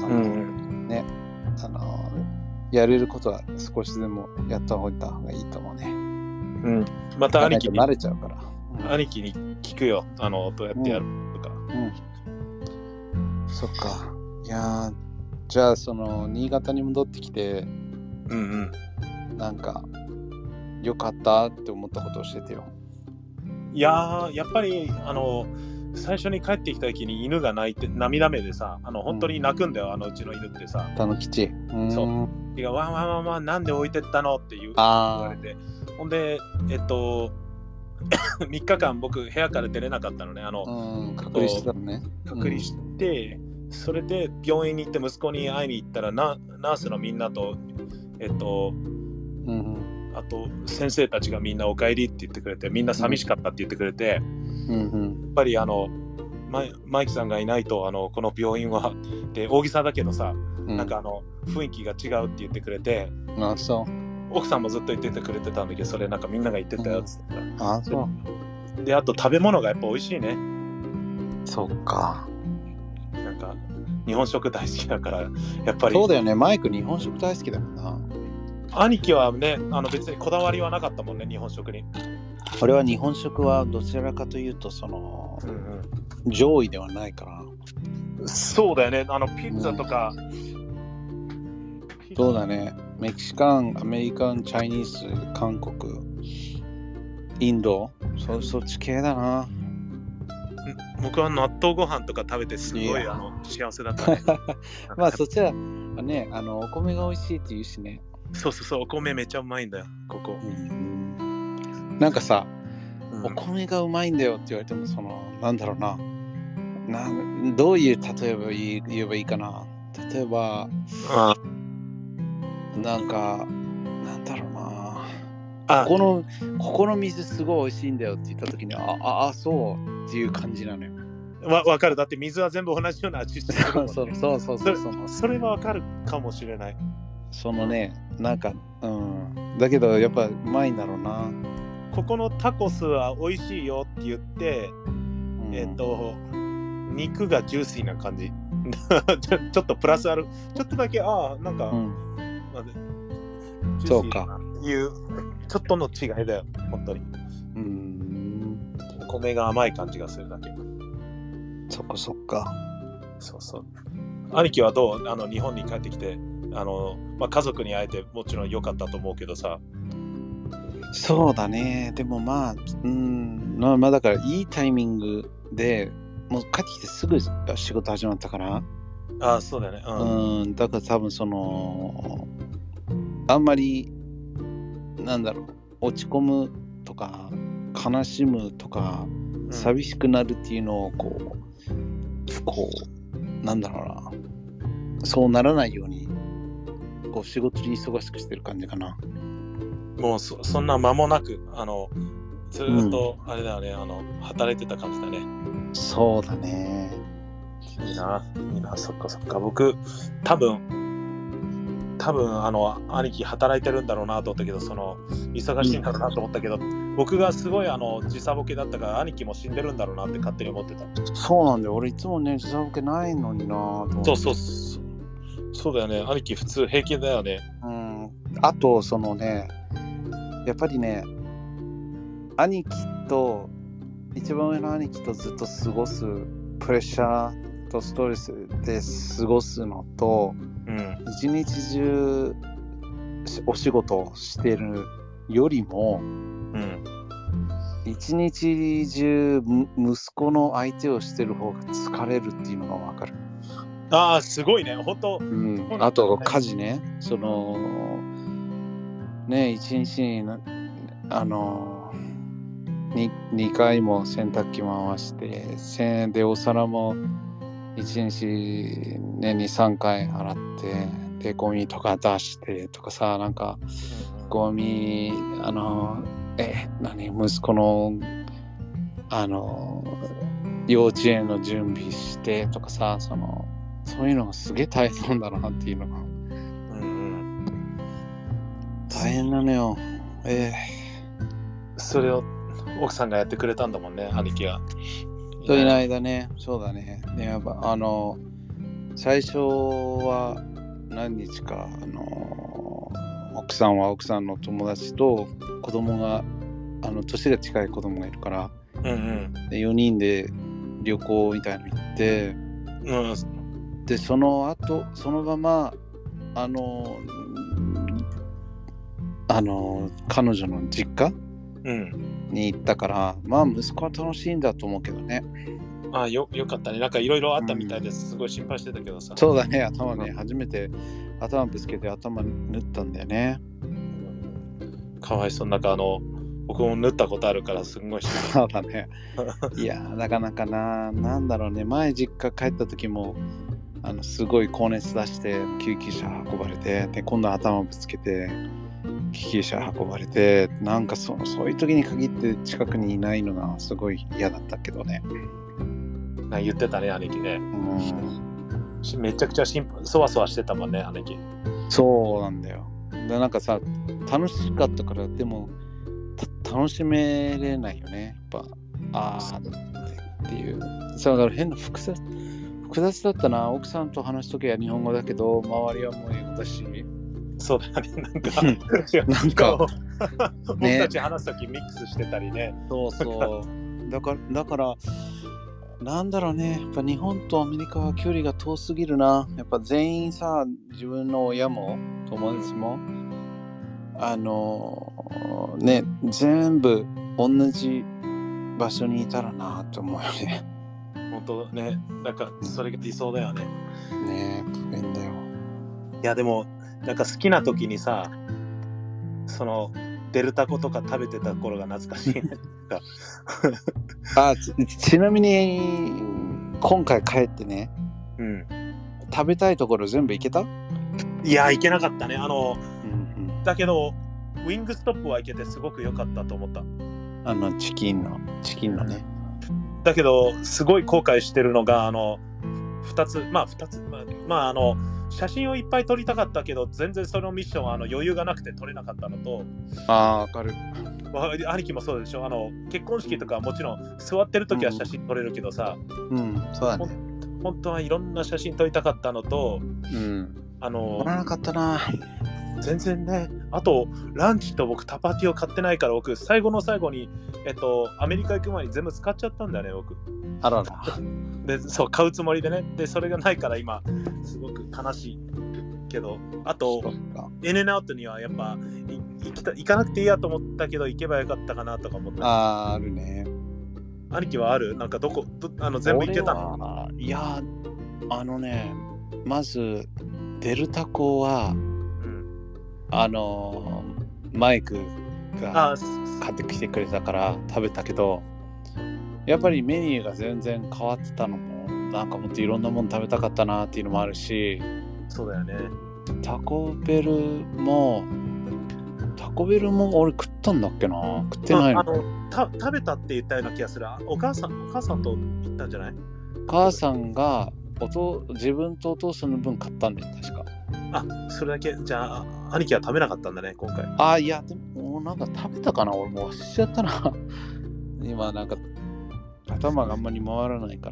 ね、やれることは少しでもやった方がいいと思うね。 また兄貴に慣れちゃうから。 兄貴に聞くよ。どうやってやるとか。 そっか。いや、じゃあその新潟に戻ってきて、なんか良かったって思ったことを教えてよ。 いややっぱり最初に帰ってきた時に犬が泣いて涙目でさ、本当に泣くんだよ、うちの犬ってさ。 たぬきち。 そう。いや、ワンワンワンワン、なんで置いてったのって言われて。ほんで、3日間僕部屋から出れなかったのね。 隔離してたのね。 隔離して、それで病院に行って息子に会いに行ったら、ナースのみんなと、あと先生たちがみんなお帰りって言ってくれて、みんな寂しかったって言ってくれて、やっぱりマイクさんがいないとこの病院はで大げさだけどさ、なんか雰囲気が違うって言ってくれて、奥さんもずっと言っててくれてたんだけど、それなんかみんなが言ってたよっつってた。で、あと食べ物がやっぱ美味しいね。 そっか。 なんか日本食大好きだからやっぱり。 そうだよね、マイク日本食大好きだもんな。 兄貴はね、別にこだわりはなかったもんね、日本食に。 俺は日本食はどちらかというとその、上位ではないから。 そうだよね、ピッツァとか、 そうだね、メキシカン、アメリカン、チャイニーズ、韓国、インド、そっち系だな。 僕は納豆ご飯とか食べてすごい幸せだったね。 まあそっちはね、お米が美味しいって言うしね。 そうそうそう、お米めっちゃうまいんだよ、ここ。 なんかさ、お米がうまいんだよって言われても、なんだろうな。どういう例えば言えばいいかな。例えば、なんか、なんだろうな。ここの水すごい美味しいんだよって言ったときに、そうっていう感じなのよ。 わかる。だって水は全部同じような味してるもんね。 そう。 それはわかるかもしれない。 なんか、だけどやっぱうまいんだろうな。 ここのタコスは美味しいよって言って、肉がジューシーな感じ。ちょっとプラスある。ちょっとだけ、なんか、ジューシーだなっていう、ちょっとの違いだよ、本当に。お米が甘い感じがするだけ。 そっか。 そうそう。兄貴はどう？日本に帰ってきて、家族に会えてもちろん良かったと思うけどさ。 そうだね。でもまあだからいいタイミングでもう帰ってきてすぐ仕事始まったから。 そうだよね。 だから多分あんまり落ち込むとか悲しむとか寂しくなるっていうのをそうならないように仕事に忙しくしてる感じかな。 もうそんな間もなくずっとあれだよね、働いてた感じだね。 そうだね。 いいな、そっか。僕多分兄貴働いてるんだろうなと思ったけど、忙しいんだろうなと思ったけど、僕がすごい時差ボケだったから兄貴も死んでるんだろうなって勝手に思ってた。 そうなんだよ。俺いつもね時差ボケないのになと思って。 そうだよね。兄貴普通平気だよね。 あとやっぱりね、一番上の兄貴とずっと過ごすプレッシャーとストレスで過ごすのと、一日中お仕事をしてるよりも、一日中息子の相手をしてる方が疲れるっていうのが分かる。 すごいね、本当。 あと家事ね、一日に2回も洗濯機回してでお皿も1日、2、3回洗ってでゴミとか出してとかさ、なんかゴミ息子の幼稚園の準備してとかさ、そういうのがすげえ大変なんだなっていうのが、大変なのよ。 それを奥さんがやってくれたんだもんね、兄貴が。 といない間ね。そうだね。やっぱ最初は何日か奥さんは奥さんの友達と子供が年が近い子供がいるから、で4人で旅行みたいなの行って、でその後そのまま彼女の実家、に行ったから、まあ息子は楽しいんだと思うけどね。 よかったね。なんかいろいろあったみたいです。すごい心配してたけどさ。 そうだね、初めて頭ぶつけて頭縫ったんだよね。 かわいそう。なんか僕も縫ったことあるからすごいそうだね。いやなかなかなんだろうね、前実家帰った時もすごい高熱出して救急車運ばれて、で今度頭ぶつけて救急車運ばれて、なんかそういう時に限って近くにいないのがすごい嫌だったけどね。 言ってたね、兄貴ね。めちゃくちゃそわそわしてたもんね、兄貴。 そうなんだよ。でなんかさ、楽しかったから、でも楽しめれないよね、やっぱ。っていう。だから変な複雑だったな。奥さんと話すときは日本語だけど、周りはもう英語だし。 そうだね、なんか僕たち話すときミックスしてたりね。 そうだからなんだろうね、やっぱ日本とアメリカは距離が遠すぎるな。やっぱ全員さ、自分の親も友達も全部同じ場所にいたらなと思うよね。 本当ね、なんかそれが理想だよね。 ねえ、不便だよ。 いやでもなんか好きな時にさ、そのデルタコとか食べてた頃が懐かしいね。 ちなみに今回帰ってね、食べたいところ全部行けた？ いや、行けなかったね。だけどウィングストップは行けてすごく良かったと思った。 チキンのね。 だけどすごい後悔してるのが2つ、写真をいっぱい撮りたかったけど全然そのミッションは余裕がなくて撮れなかったのと、 わかる。 兄貴もそうでしょ。結婚式とかはもちろん座ってる時は写真撮れるけどさ、 そうだね。 本当はいろんな写真撮りたかったのと、 撮らなかったな。 全然ね。あとランチと僕タパティを買ってないから、僕最後の最後にアメリカ行く前に全部使っちゃったんだよね、僕。 あらら。 で、そう買うつもりでね。でそれがないから今すごく悲しいけど、あとエネナウトにはやっぱ行かなくていいやと思ったけど行けばよかったかなとか思った。 あるね。 兄貴はある？なんか全部行けたの？ いや、まずデルタコは、マイクが買ってきてくれたから食べたけど、やっぱりメニューが全然変わってたのも、なんかもっといろんなもの食べたかったなっていうのもあるし。 そうだよね。 タコベルも俺食ったんだっけな。食ってないの。 食べたって言ったような気がする。お母さんと行ったんじゃない？ お母さんが自分とお父さんの分買ったんだよ、確か。 それだけ。じゃあ兄貴は食べなかったんだね、今回。 いや、でもなんか食べたかな。俺もう忘れちゃったな。今なんか頭があんまり回らないから。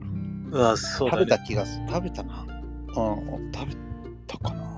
そうだね。 食べた気がする。食べたな。食べたかな。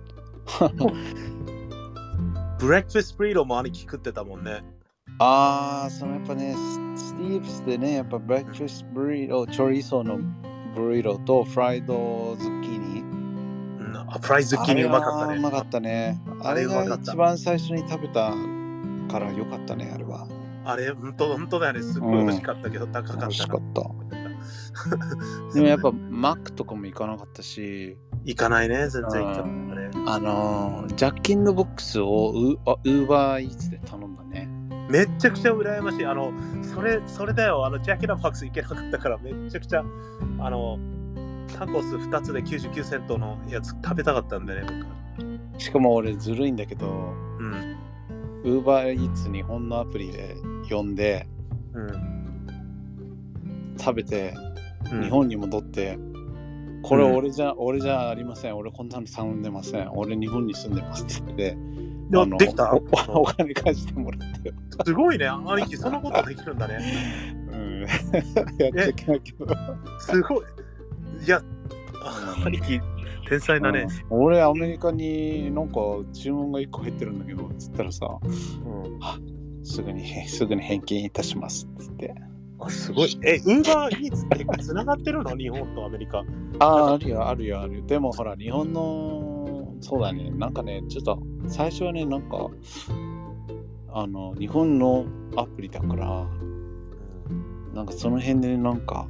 ブレックファストブリードも兄貴食ってたもんね。 やっぱね、スティーブスでね、やっぱブレックファストブリード、チョリソーのブリードとフライドズッキーニ。 フライズッキーニうまかったね。 うまかったね。あれが一番最初に食べたからよかったね、あれは。 あれ、本当だよね。すごい美味しかったけど、高かった。美味しかった。でもやっぱマックとかも行かなかったし。 行かないね、全然行かないね。 ジャッキングボックスをウーバーイーツで頼んだね。 めっちゃくちゃ羨ましい。それだよ。ジャッキングボックス行けなかったから、めっちゃくちゃタコス2つで99セントのやつ食べたかったんだよね、 僕。しかも俺ずるいんだけど、ウーバーイーツ日本のアプリで呼んで、食べて、日本に戻って、これ俺じゃありません。俺こんなの頼んでません。俺日本に住んでますって言って。 できた？ お金返してもらってよ。 すごいね、兄貴、そのことできるんだね。 やっちゃいけないけど。 すごい。いや、兄貴、天才だね。 俺、アメリカになんか注文が1個入ってるんだけど、つったらさ、すぐに返金いたしますって言って。 すごい。ウーバーイーツってつながってるの？日本とアメリカ。 あるよ。でもほら、日本の、そうだね、なんかね、ちょっと最初はね、なんか、日本のアプリだから、なんかその辺でなんか、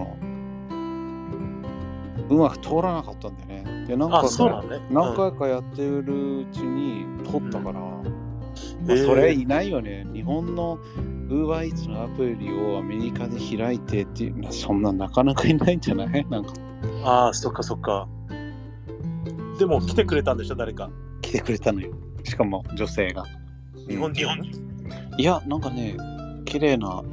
うまく通らなかったんだよね。で、なんか、何回かやってるうちに通ったから、それいないよね。日本のウーバーイーツのアプリをアメリカで開いてっていうのはそんななかなかいないんじゃない？なんか。 そっか。でも来てくれたんでしょ、誰か。 来てくれたのよ。しかも女性が。 日本人？ いや、なんかね、綺麗な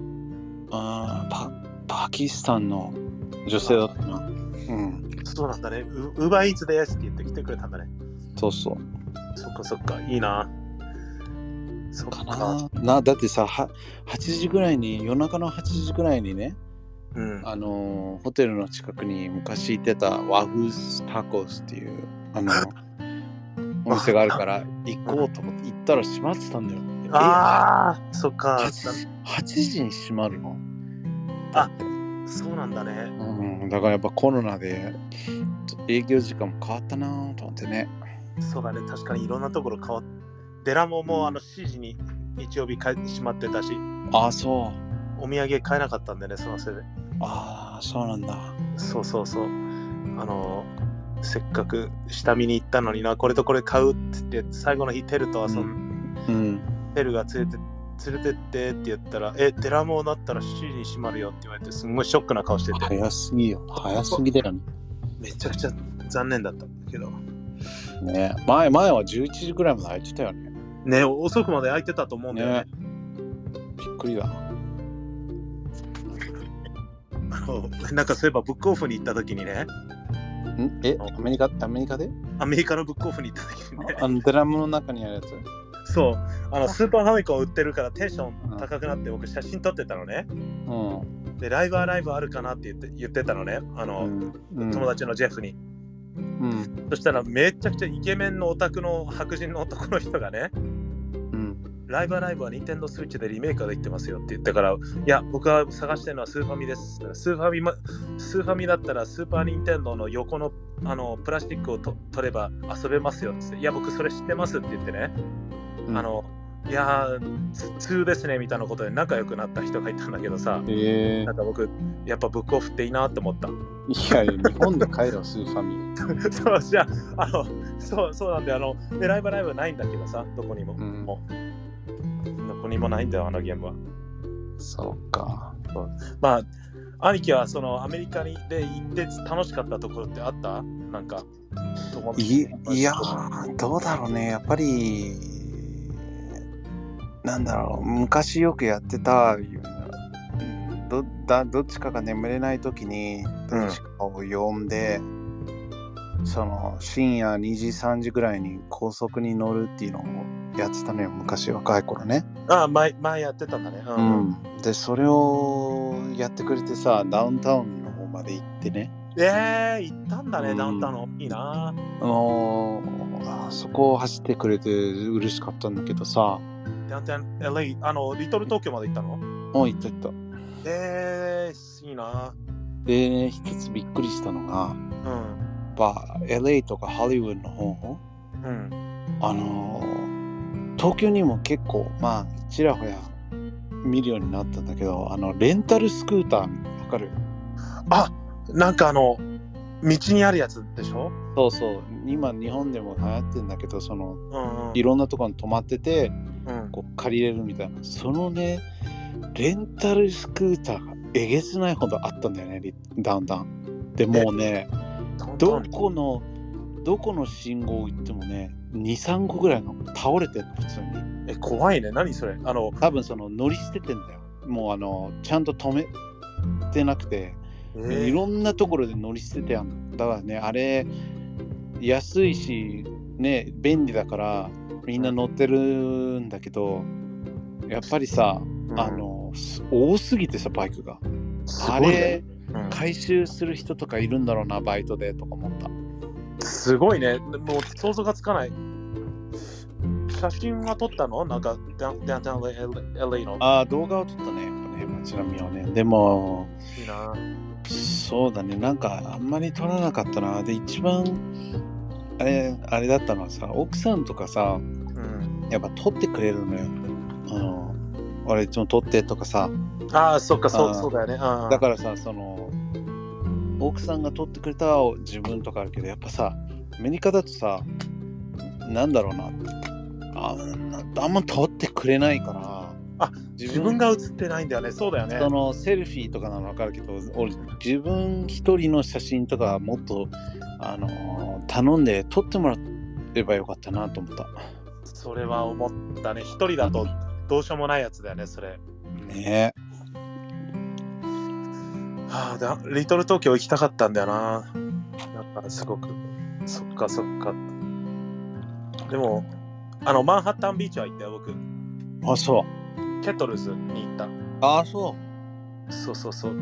パキスタンの女性だったな。 そうなんだね。ウーバーイーツですって言って来てくれたんだね。 そうそう。 そっか、いいな。 そうかな。だってさ、夜中の8時ぐらいにね、ホテルの近くに昔行ってたワフスタコスっていうお店があるから行こうと思って行ったら閉まってたんだよ。 そっか。 8時に閉まるの？ そうなんだね。 だからやっぱコロナで営業時間も変わったなと思ってね。 そうだね、確かにいろんなところ変わって。デラももう7時に日曜日閉まってたし。 そう。 お土産買えなかったんでね、そのせいで。 そうなんだ。 そうそうそう。せっかく下見に行ったのにな、これとこれ買うって言って、最後の日テルと遊んで、テルが連れてってって言ったら、デラモだったら7時に閉まるよって言われて、すんごいショックな顔してて。 早すぎだよね。 めちゃくちゃ残念だったんだけど。 ね、前は11時ぐらいまで空いてたよね。 ね、遅くまで空いてたと思うんだよね。 びっくりだ。 なんかそういえばブックオフに行った時にね。 アメリカで？ アメリカのブックオフに行った時にね。 ドラムの中にあるやつ？ そう、スーパーファミコン売ってるからテンション高くなって僕写真撮ってたのね。で、ライブあるかなって言ってたのね。友達のジェフに。そしたらめちゃくちゃイケメンのオタクの白人の男の人がね、ライブはニンテンドースイッチでリメイクができてますよって言ったから、いや、僕が探してるのはスーファミです。スーファミだったらスーパーニンテンドーの横のプラスチックを取れば遊べますよって。いや、僕それ知ってますって言ってね。いやー、2ですねみたいなことで仲良くなった人がいたんだけどさ、なんか僕、やっぱブックオフっていいなって思った。 いや、日本で買えろ、スーファミ。 そう、じゃあ、そうなんで、でライブはないんだけどさ、どこにも。どこにもないんだよ、ゲームは。 そうか。 まあ、兄貴はそのアメリカで行って楽しかったところってあった？なんか、 いや、どうだろうね。やっぱり、なんだろう、昔よくやってた、どっちかが眠れないときに、どっちかを呼んで、その深夜2時、3時ぐらいに高速に乗るっていうのをやってたのよ、昔若い頃ね。 前やってたんだね。 で、それをやってくれてさ、ダウンタウンの方まで行ってね。 行ったんだね、ダウンタウン。いいな。 そこを走ってくれて嬉しかったんだけどさ。 ダウンタウン LA、リトル東京まで行ったの？ 行った。 いいな。 で、一つびっくりしたのが、LA とかハリウッドの方、東京にも結構、ちらほや見るようになったんだけど、レンタルスクーター、わかる？ なんか道にあるやつでしょ？ そう。今日本でも流行ってんだけど、いろんなところに泊まってて、こう借りれるみたいな。そのね、レンタルスクーターがえげつないほどあったんだよね、ダウンタウン。でもうね、どこの信号行ってもね、2、3個ぐらいの倒れてるの、普通に。 怖いね。何それ？ 多分乗り捨ててんだよ。もうちゃんと止めてなくて、いろんなところで乗り捨ててやんの。だからね、あれ安いしね、便利だからみんな乗ってるんだけど、やっぱりさ、多すぎてさ、バイクが。あれ、回収する人とかいるんだろうな、バイトでとか思った。 すごいね。もう想像がつかない。写真は撮ったの？なんかダウンタウン LA の。 動画を撮ったね、やっぱね、街並みをね。でも、 いいな。 そうだね、なんかあんまり撮らなかったな。で、一番あれだったのはさ、奥さんとかさ、やっぱ撮ってくれるのよ。俺いつも撮ってとかさ。 そっか、そうだよね。 だからさ、奥さんが撮ってくれた自分とかあるけど、やっぱさ、アメリカだとさ、なんだろうな、あんま撮ってくれないから。 自分が写ってないんだよね。そうだよね。 セルフィーとかなの分かるけど、俺自分一人の写真とかもっと頼んで撮ってもらえばよかったなと思った。 それは思ったね。一人だとどうしようもないやつだよね、それ。 ね。 リトル東京行きたかったんだよな。なんかすごく。そっか。でもマンハッタンビーチは行ったよ、僕。 そう。 ケトルズに行った。 そう。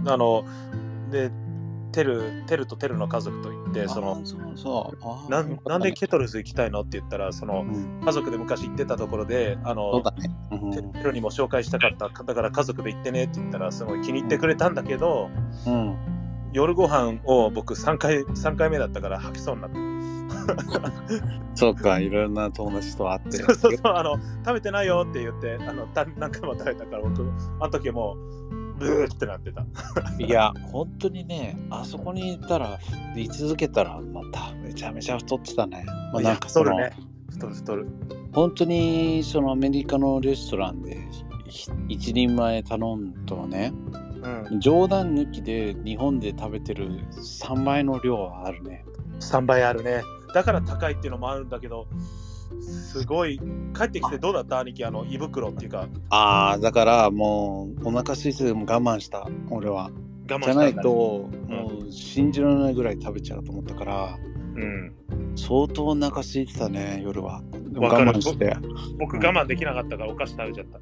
で、テルとテルの家族と行って、なんでケトルズ行きたいのって言ったら、家族で昔行ってたところで、 そうだね。 テルにも紹介したかった、だから家族で行ってねって言ったら、すごい気に入ってくれたんだけど、夜ご飯を僕3回目だったから吐きそうになった。 そうか、いろんな友達と会って。 そう、食べてないよって言って、何回も食べたから、僕、あの時もブーってなってた。 いや、本当にね、あそこにいたら、居続けたら、まためちゃめちゃ太ってたね。まあ、なんか太るね。太る。 本当にそのアメリカのレストランで一人前頼むとね、冗談抜きで日本で食べてる3倍の量はあるね。 3倍あるね。だから高いっていうのもあるんだけど、すごい。帰ってきてどうだった兄貴、胃袋っていうか。 だからもうお腹空いてても我慢した、俺は。我慢したんだね。じゃないと、もう信じられないぐらい食べちゃうと思ったから、相当お腹空いてたね、夜は。でも我慢して。 僕我慢できなかったからお菓子食べちゃった。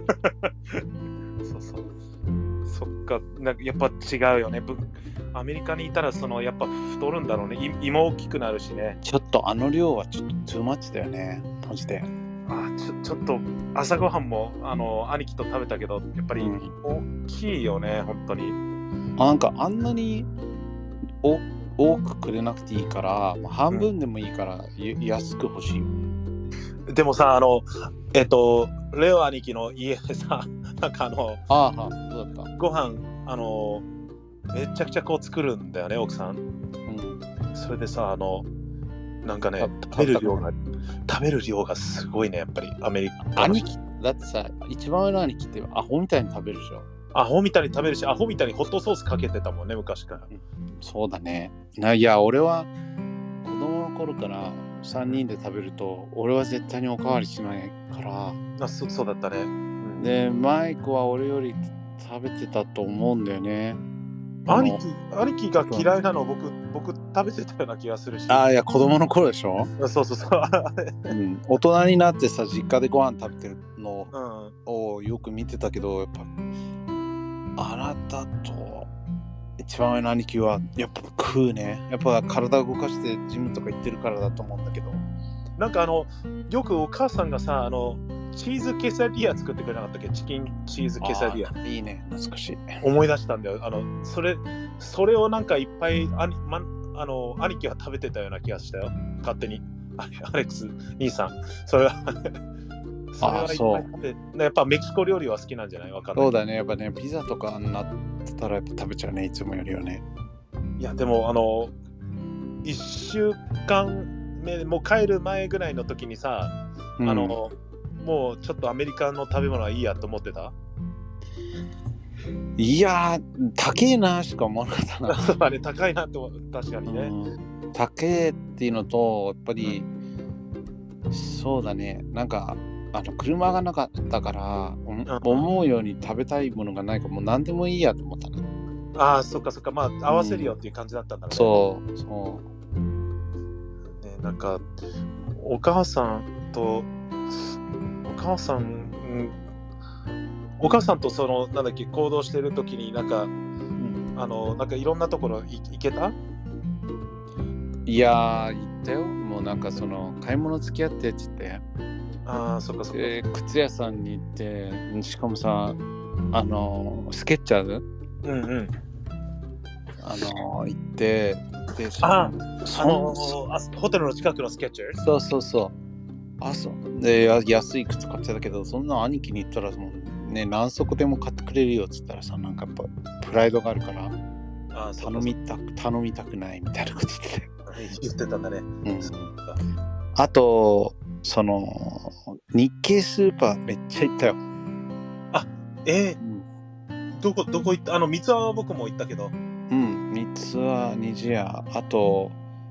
そう。そっか、なんかやっぱ違うよね。アメリカにいたらやっぱ太るんだろうね。胃も大きくなるしね。 ちょっと量はちょっとトゥーマッチだよね、マジで。 ちょっと朝ごはんも兄貴と食べたけど、やっぱり大きいよね、本当に。 なんかあんなに多くくれなくていいから、半分でもいいから、安く欲しいよ。 でもさ、レオ兄貴の家でさ、なんかどうだった？ご飯めちゃくちゃ作るんだよね、奥さん。それでさ、なんかね、食べる量がすごいね、やっぱりアメリカ。 兄貴だってさ、一番上の兄貴ってアホみたいに食べるでしょ。 アホみたいに食べるし、アホみたいにホットソースかけてたもんね、昔から。 そうだね。いや、俺は子供の頃から3人で食べると、俺は絶対におかわりしないから。 そうだったね。 で、マイクは俺より食べてたと思うんだよね。 兄貴が嫌いなの僕食べてたような気がするし。 いや、子供の頃でしょ。 そう大人になってさ、実家でご飯食べてるのをよく見てたけど、やっぱあなたと一番上の兄貴はやっぱ食うね。やっぱ体を動かしてジムとか行ってるからだと思うんだけど。 なんかよくお母さんがさ、チーズケサディア作ってくれなかったっけ？チキンチーズケサディア。 いいね、懐かしい。 思い出したんだよ。それをなんかいっぱい兄貴は食べてたような気がしたよ。勝手に。アレックス兄さん。それはそう。やっぱメキシコ料理は好きなんじゃない？わかんない。 そうだね。やっぱね、ピザとかになってたらやっぱ食べちゃうね、いつもよりはね。 いや、でも1週間目、もう帰る前ぐらいの時にさ、もうちょっとアメリカの食べ物はいいやと思ってた？いやー、高えなしか思わなかったな。 そうだね、高いなと、確かにね。 高えっていうのと、やっぱり、そうだね、なんか、車がなかったから、思うように食べたいものがないから、もう何でもいいやと思ったな。そっか、まあ、合わせるよっていう感じだったんだね。 そう。 ね、なんか、お母さんとなんだっけ、行動してるときになんか、なんかいろんなところ行けた？ いやー、行ったよ。もうなんか買い物付き合ってって言って。 そっか。 靴屋さんに行って、しかもさ、スケッチャーズ？行って、で、 ホテルの近くのスケッチャー？ そう。で、安い靴買ってたけど、そんな兄貴に言ったらもうね、何足でも買ってくれるよっつったらさ、なんかやっぱプライドがあるから、頼みたくないみたいなこと言ってたんだね。 あと、日系スーパーめっちゃ行ったよ。 どこ行った？三ツ輪は僕も行ったけど。 三ツ輪、虹屋、あと、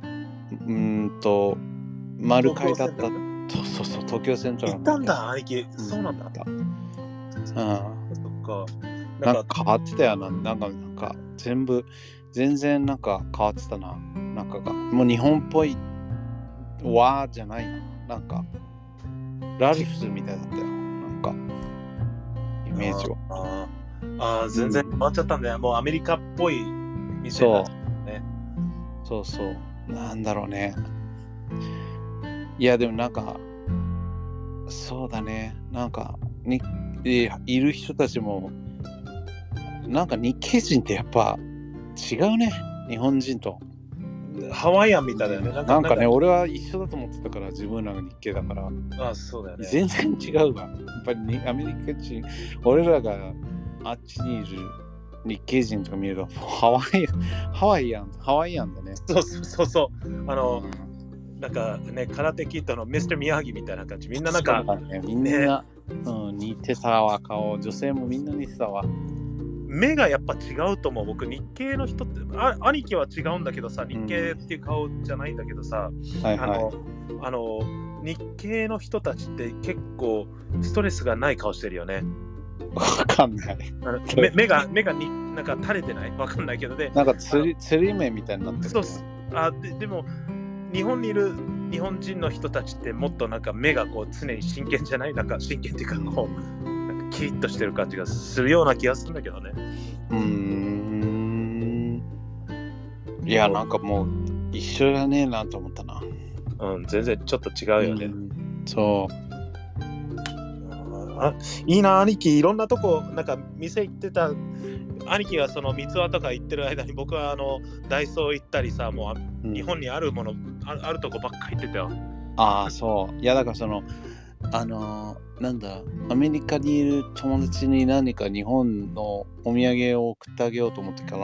丸階だった。そう、東京セントラル。 行ったんだ、兄貴。そうなんだ。そっか。 なんか変わってたよな。なんか全然なんか変わってたな。なんかがもう日本っぽいわーじゃないな。なんかラルフスみたいだったよ。なんかイメージは。 全然変わっちゃったんだよ。もうアメリカっぽい店だね。 そう。なんだろうね。いやでもなんかそうだね。なんかいる人たちもなんか日系人ってやっぱ違うね。日本人と。 ハワイアンみたいだよね。 なんかね、俺は一緒だと思ってたから、自分らが日系だから。 そうだよね。 全然違うわ。やっぱり、アメリカ人、俺らがあっちにいる日系人とか見るとハワイアンだね。 なんかね、空手キッドのミスター・ミヤギみたいな感じ。みんななんか、 ね、みんな、似てたわ、顔。女性もみんな似てたわ。 目がやっぱ違うと思う。僕、日系の人って、兄貴は違うんだけどさ、日系っていう顔じゃないんだけどさ、日系の人たちって結構ストレスがない顔してるよね。 わかんない。 目がなんか垂れてないわかんないけどで。 なんか釣り目みたいになってる。 そうっす。でも、日本にいる日本人の人たちってもっとなんか目がこう常に真剣じゃない？なんか真剣っていうかこうなんかキリッとしてる感じがするような気がするんだけどね。 いやなんかもう一緒じゃねえなと思ったな。 全然ちょっと違うよね。 そう。 いいな兄貴、いろんなとこなんか店行ってた。兄貴がその三つ輪とか行ってる間に僕はダイソー行ったりさ、もう日本にあるもの、あるとこばっかり行ってたよ。 そう。いやだからそのなんだ、アメリカにいる友達に何か日本のお土産を送ってあげようと思ってから、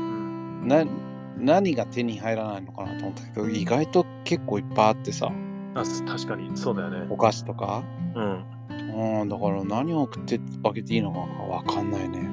何が手に入らないのかなと思ったけど、意外と結構いっぱいあってさ。 確かにそうだよね。 お菓子とか。だから何を送ってあげていいのかわかんないね。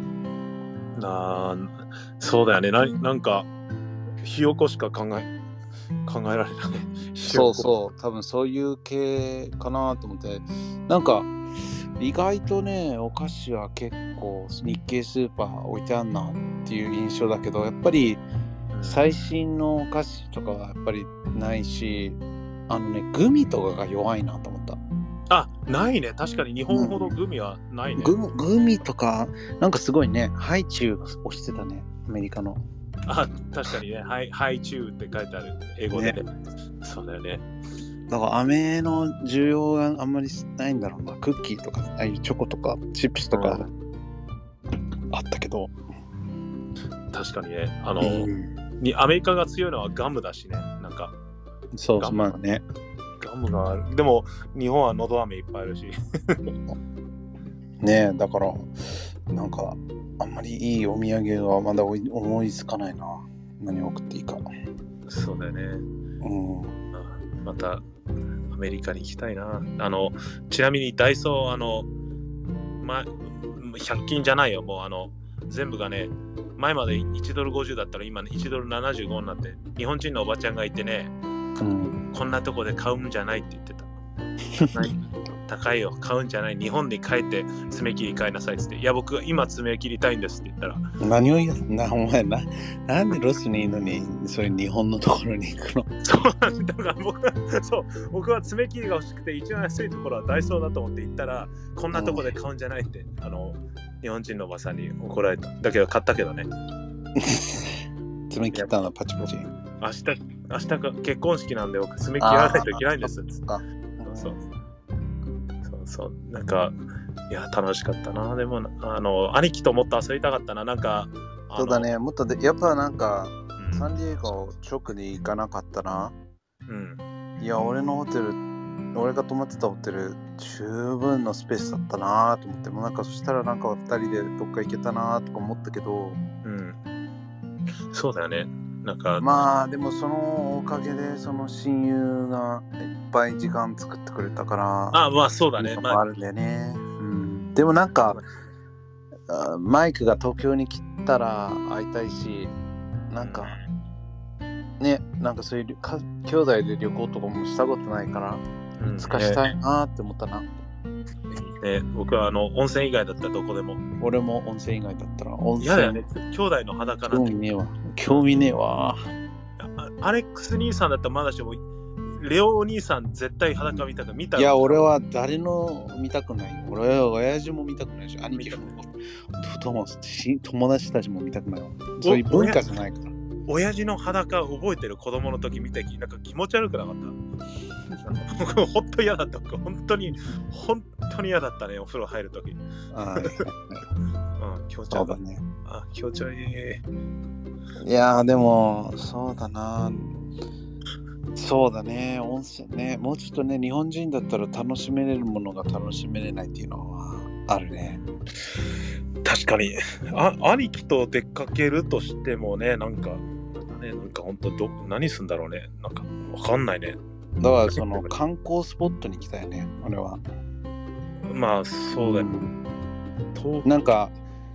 そうだよね。なんかひよこしか考えられない。 そう多分そういう系かなと思って、なんか意外とねお菓子は結構日系スーパー置いてあんなっていう印象だけど、やっぱり最新のお菓子とかはやっぱりないし、グミとかが弱いなと思った。 ないね。確かに日本ほどグミはないね。 グミとかなんかすごいね、ハイチュウをしてたね、アメリカの。 確かにね、ハイチュウって書いてある英語で、ね。そうだよね。 だから飴の需要があんまりないんだろうな。クッキーとかああいうチョコとかチップスとかあったけど、 確かにね、アメリカが強いのはガムだしね。なんかそうまあね、 ガムがある。でも日本はのど飴いっぱいあるしねえ、だからなんかあんまりいいお土産はまだ思いつかないな。何を送っていいか。そうだよね。 またアメリカに行きたいな。ちなみにダイソー100均じゃないよ。もう全部がね、前まで1ドル50だったら今1ドル75になって、日本人のおばちゃんがいてね、こんなとこで買うんじゃないって言ってた。高いよ、買うんじゃない、日本に帰って爪切り買いなさいって言って、いや僕今爪切りたいんですって言ったら、 何を言うなお前なんでロスにいるのにそれ日本のところに行くの。 そうなんだから僕は爪切りが欲しくて一番安いところはダイソーだと思って行ったら、こんなとこで買うんじゃないって日本人のおばさんに怒られた。だけど買ったけどね。 爪切ったのパチパチ。 明日結婚式なんで僕爪切らないといけないんですって。そうなんかいや楽しかったな。でも兄貴ともっと遊びたかったな。なんかそうだね、もっとやっぱなんか、サンディエゴ直に行かなかったな。いや俺が泊まってたホテル十分のスペースだったなと思って、もうなんかそしたらなんか2人でどっか行けたなとか思ったけど、 そうだよね。なんかまあでもそのおかげでその親友がいっぱい時間作ってくれたから、 まあそうだね。 あるんだよね。でもなんかマイクが東京に来たら会いたいし、なんかね、なんかそういう兄弟で旅行とかもしたことないからいつかしたいなって思ったな。 僕は温泉以外だったらどこでも。 俺も温泉以外だったら温泉。 嫌だよね。兄弟の裸なんて。 興味ねえわ。 アレックス兄さんだったらまだしも、レオお兄さん絶対裸見たく見た。 いや俺は誰の見たくない。俺は親父も見たくないし、兄貴も友達たちも見たくないわ。そういう文化じゃないから。 親父の裸覚えてる？子供の時見たきなんか気持ち悪くなかった？僕本当嫌だった。本当に嫌だったね、お風呂入る時。気持ち悪い。気持ち悪い。 いやでもそうだな。そうだね、温泉ね。もうちょっとね、日本人だったら楽しめれるものが楽しめれないっていうのはあるね。 確かに兄貴と出かけるとしてもね、なんか本当何すんだろうね。なんかわかんないね。 だからその観光スポットに行きたいね、俺は。 まあそうだよ、 なんか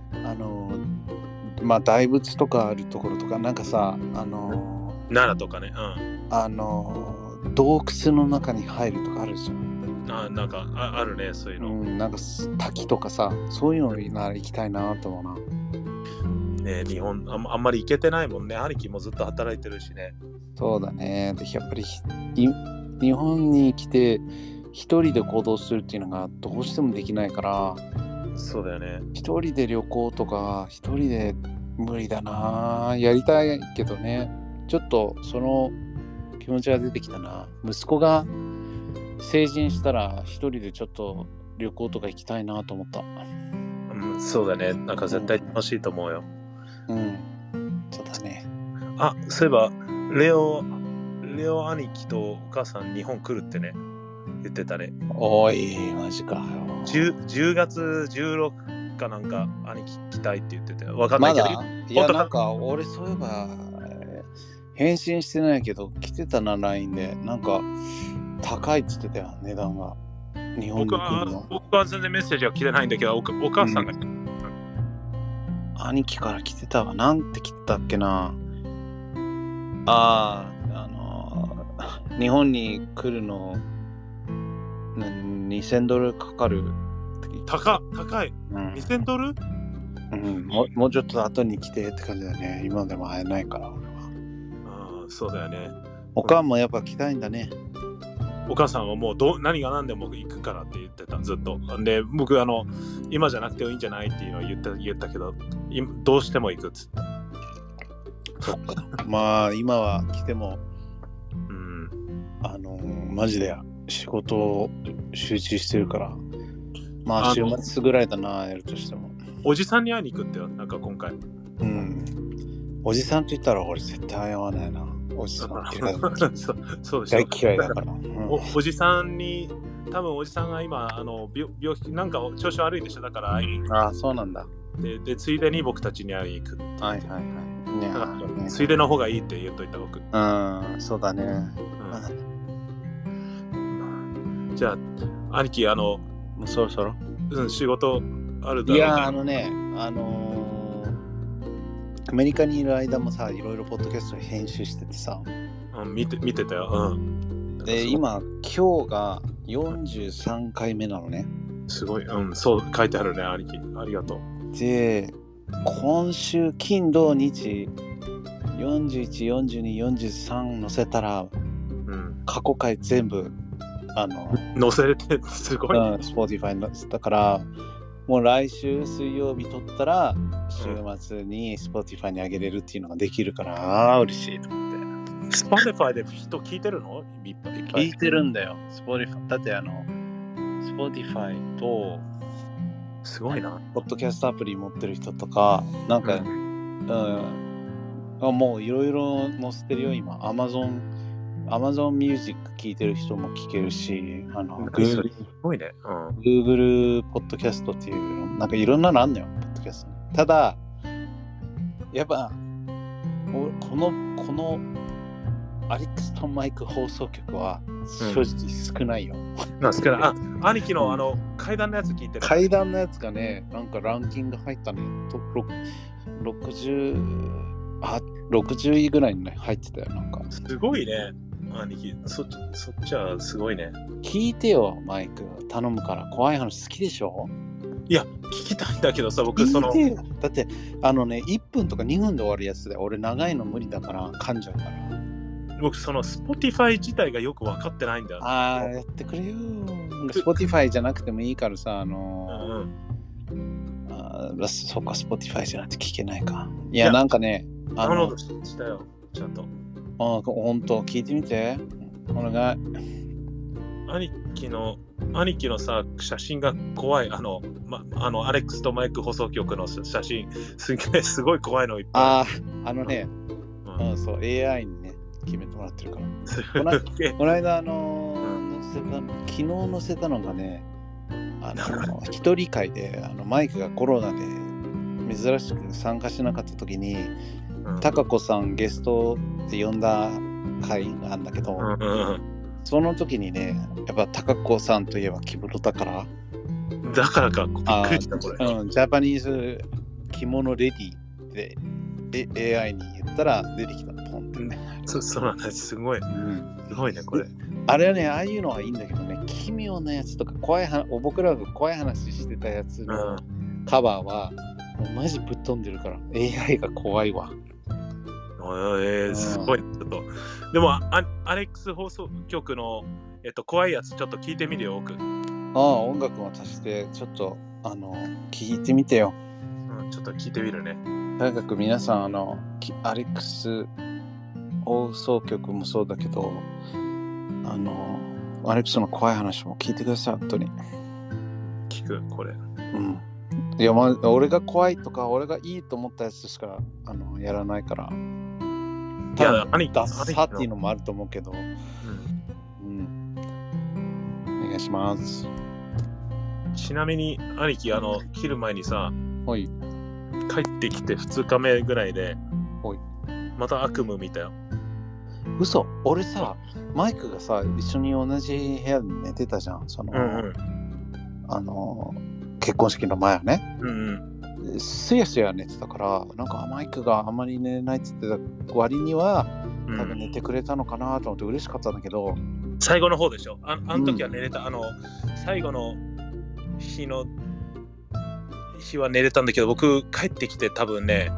まあ大仏とかあるところとか、なんかさ奈良とかね、 洞窟の中に入るとかあるじゃん。 なんかあるね、そういうの。 なんか滝とかさ、そういうのなら行きたいなと思うな。 ね、日本あんまり行けてないもんね。兄貴もずっと働いてるしね。 そうだね。でやっぱり日本に来て一人で行動するっていうのがどうしてもできないから。 そうだよね。 一人で旅行とか一人で無理だな。やりたいけどね。ちょっとその気持ちが出てきたな。息子が成人したら一人でちょっと旅行とか行きたいなと思った。 そうだね。なんか絶対楽しいと思うよ。 そうだね。 そういえばレオ兄貴とお母さん日本来るってね、言ってたね。 おい、マジかよ。 10月16かなんか兄貴来たいって言ってて、わかんないけど。 まだいや、なんか俺そういえば返信してないけど来てたな LINE で。なんか高いっつってたよ、値段が。日本に来るの。 僕は全然メッセージは来てないんだけど、お母さんが、 兄貴から来てたわ。なんて来てたっけな。日本に来るの2000ドルかかる。 高い、2000ドル、 もうちょっと後に来てって感じだね。今でも会えないから俺は。 そうだよね。 お母もやっぱ来たいんだね。 お母さんはもう何が何でも行くからって言ってた、ずっと。で僕今じゃなくていいんじゃないっていうのを言ったけど、どうしても行くっつって。 そっか。まあ今は来てもマジで仕事を集中してるから、まあ週末ぐらいだな、やるとしても。 おじさんに会いに行くってよ、なんか今回。 おじさんって言ったら俺絶対会わないな。おじさん嫌いだから。 そうでしょ。 大嫌いだから。 おじさんに、多分おじさんが今病気なんか調子悪いでしょ、だから会いに行く。 そうなんだ。 でついでに僕たちに会いに行く。 はい。 ね、ついでの方がいいって言っといた僕。 そうだね。 じゃあ兄貴もうそろそろ仕事あるだろう。 いやアメリカにいる間もさ、いろいろポッドキャスト編集しててさ、 見てたよ。 で今日が43回目なのね。 すごい。そう書いてあるね、兄貴。ありがとう。 で今週金土日41、42、43載せたら、過去回全部載せれてすごい、 Spotify に載せたから、もう来週水曜日撮ったら週末に Spotify に上げれるっていうのができるから、嬉しいと思って。 Spotify で人聞いてるの？ 聞いてるんだよ。Spotify だってSpotify とすごいな。 ポッドキャストアプリ持ってる人とか、なんか、もういろいろ載せてるよ今。Amazon Music 聞いてる人も聞けるし、 すごいね。 Google ポッドキャストっていうなんかいろんなのあんのよ、ポッドキャスト。ただやっぱこのアレックスとマイク放送局は正直少ないよ。 少ない。兄貴の階段のやつ聞いてる。 階段のやつがね、なんかランキング入ったね。60位ぐらいに、ね、入ってたよ。なんかすごいね。兄貴、そっちはすごいね。 聞いてよ、マイク。頼むから。怖い話好きでしょ？ いや、聞きたいんだけどさ、僕だって1分とか2分で終わるやつで、俺長いの無理だから噛んじゃうから。 僕Spotify 自体がよく分かってないんだよ。 やってくれよ。Spotify じゃなくてもいいからさ、そっか、Spotify じゃなくて聞けないか。いやなんかね、 ダウンロードしたよ、ちゃんと。 ほんと聞いてみて。お願い。 兄貴のさ、写真が怖い。アレックスとマイク放送局の写真、すごい怖いのいっぱい。 そう、AI にね、決めてもらってるから。この間、昨日載せたのがね、一人会で、マイクがコロナで珍しく参加しなかった時に、タカコさんゲストで呼んだ回があるんだけど、その時にね、やっぱタカコさんといえば着物だから。 だからか、びっくりしたこれ。 ジャパニーズ着物レディで AI に言ったら出てきたポンってね。 そうなんだ、すごい。すごいね、これ。 あれはね、ああいうのはいいんだけどね、奇妙なやつとか僕らが怖い話してたやつのカバーは、もうマジぶっ飛んでるから、AI が怖いわ。 すごい。ちょっと。でもアレックス放送局の、怖いやつちょっと聞いてみるよ、奥。 音楽も足して、ちょっと聞いてみてよ。 ちょっと聞いてみるね。 とにかく皆さん、アレックス放送局もそうだけど、アレックスの怖い話も聞いてください、本当に。 聞く、これ。 いや、俺が怖いとか、俺がいいと思ったやつしかやらないから。いや、ダッサっていうのもあると思うけど。お願いします。 ちなみに、兄貴、切る前にさ、帰ってきて2日目ぐらいで、また悪夢見たよ。 嘘、俺さ、マイクがさ、一緒に同じ部屋で寝てたじゃん。結婚式の前はね。すやすや寝てたから、なんかマイクがあんまり寝れないって言ってた割には、多分寝てくれたのかなと思って嬉しかったんだけど。 最後の方でしょ。あの時は寝れた。最後の日は寝れたんだけど、僕帰ってきて多分ね、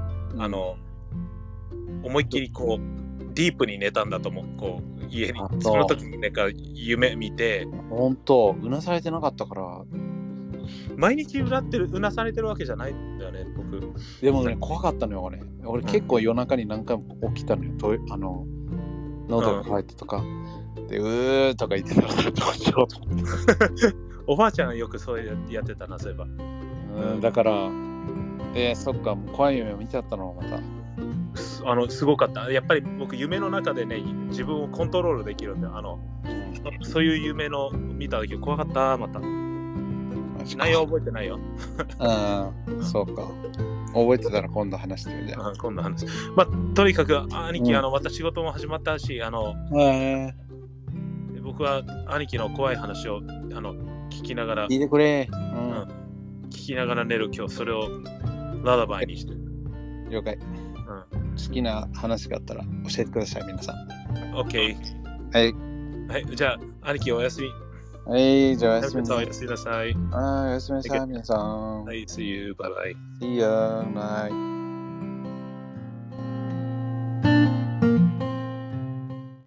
思いっきりこうディープに寝たんだと思う。こう家にその時になんか夢見て。 本当、うなされてなかったから。 毎日うなされてるわけじゃないんだよね、僕。 でもね、怖かったのよ、俺結構夜中に何回も起きたのよ。喉が渇いてとか。で、うーとか言ってたからどうしようと思って。 おばあちゃんがよくそうやってたな、そういえば。 だから、そっか、怖い夢を見ちゃったの、また。 すごかった。やっぱり僕、夢の中でね、自分をコントロールできるんだよ。そういう夢の見た時怖かった、また。内容覚えてないよ。 そうか。覚えてたら今度話してみて。 今度話す。まあ、とにかく、兄貴、また仕事も始まったし、僕は兄貴の怖い話を聞きながら、 聞いてくれ。 聞きながら寝る今日、それをララバイにして。 了解。好きな話があったら教えてください、皆さん。 OK。はい。じゃあ、兄貴おやすみ。 はい、じゃあおやすみなさい。 おやすみなさい、皆さん。 はい、See you. Bye bye. See ya. Bye.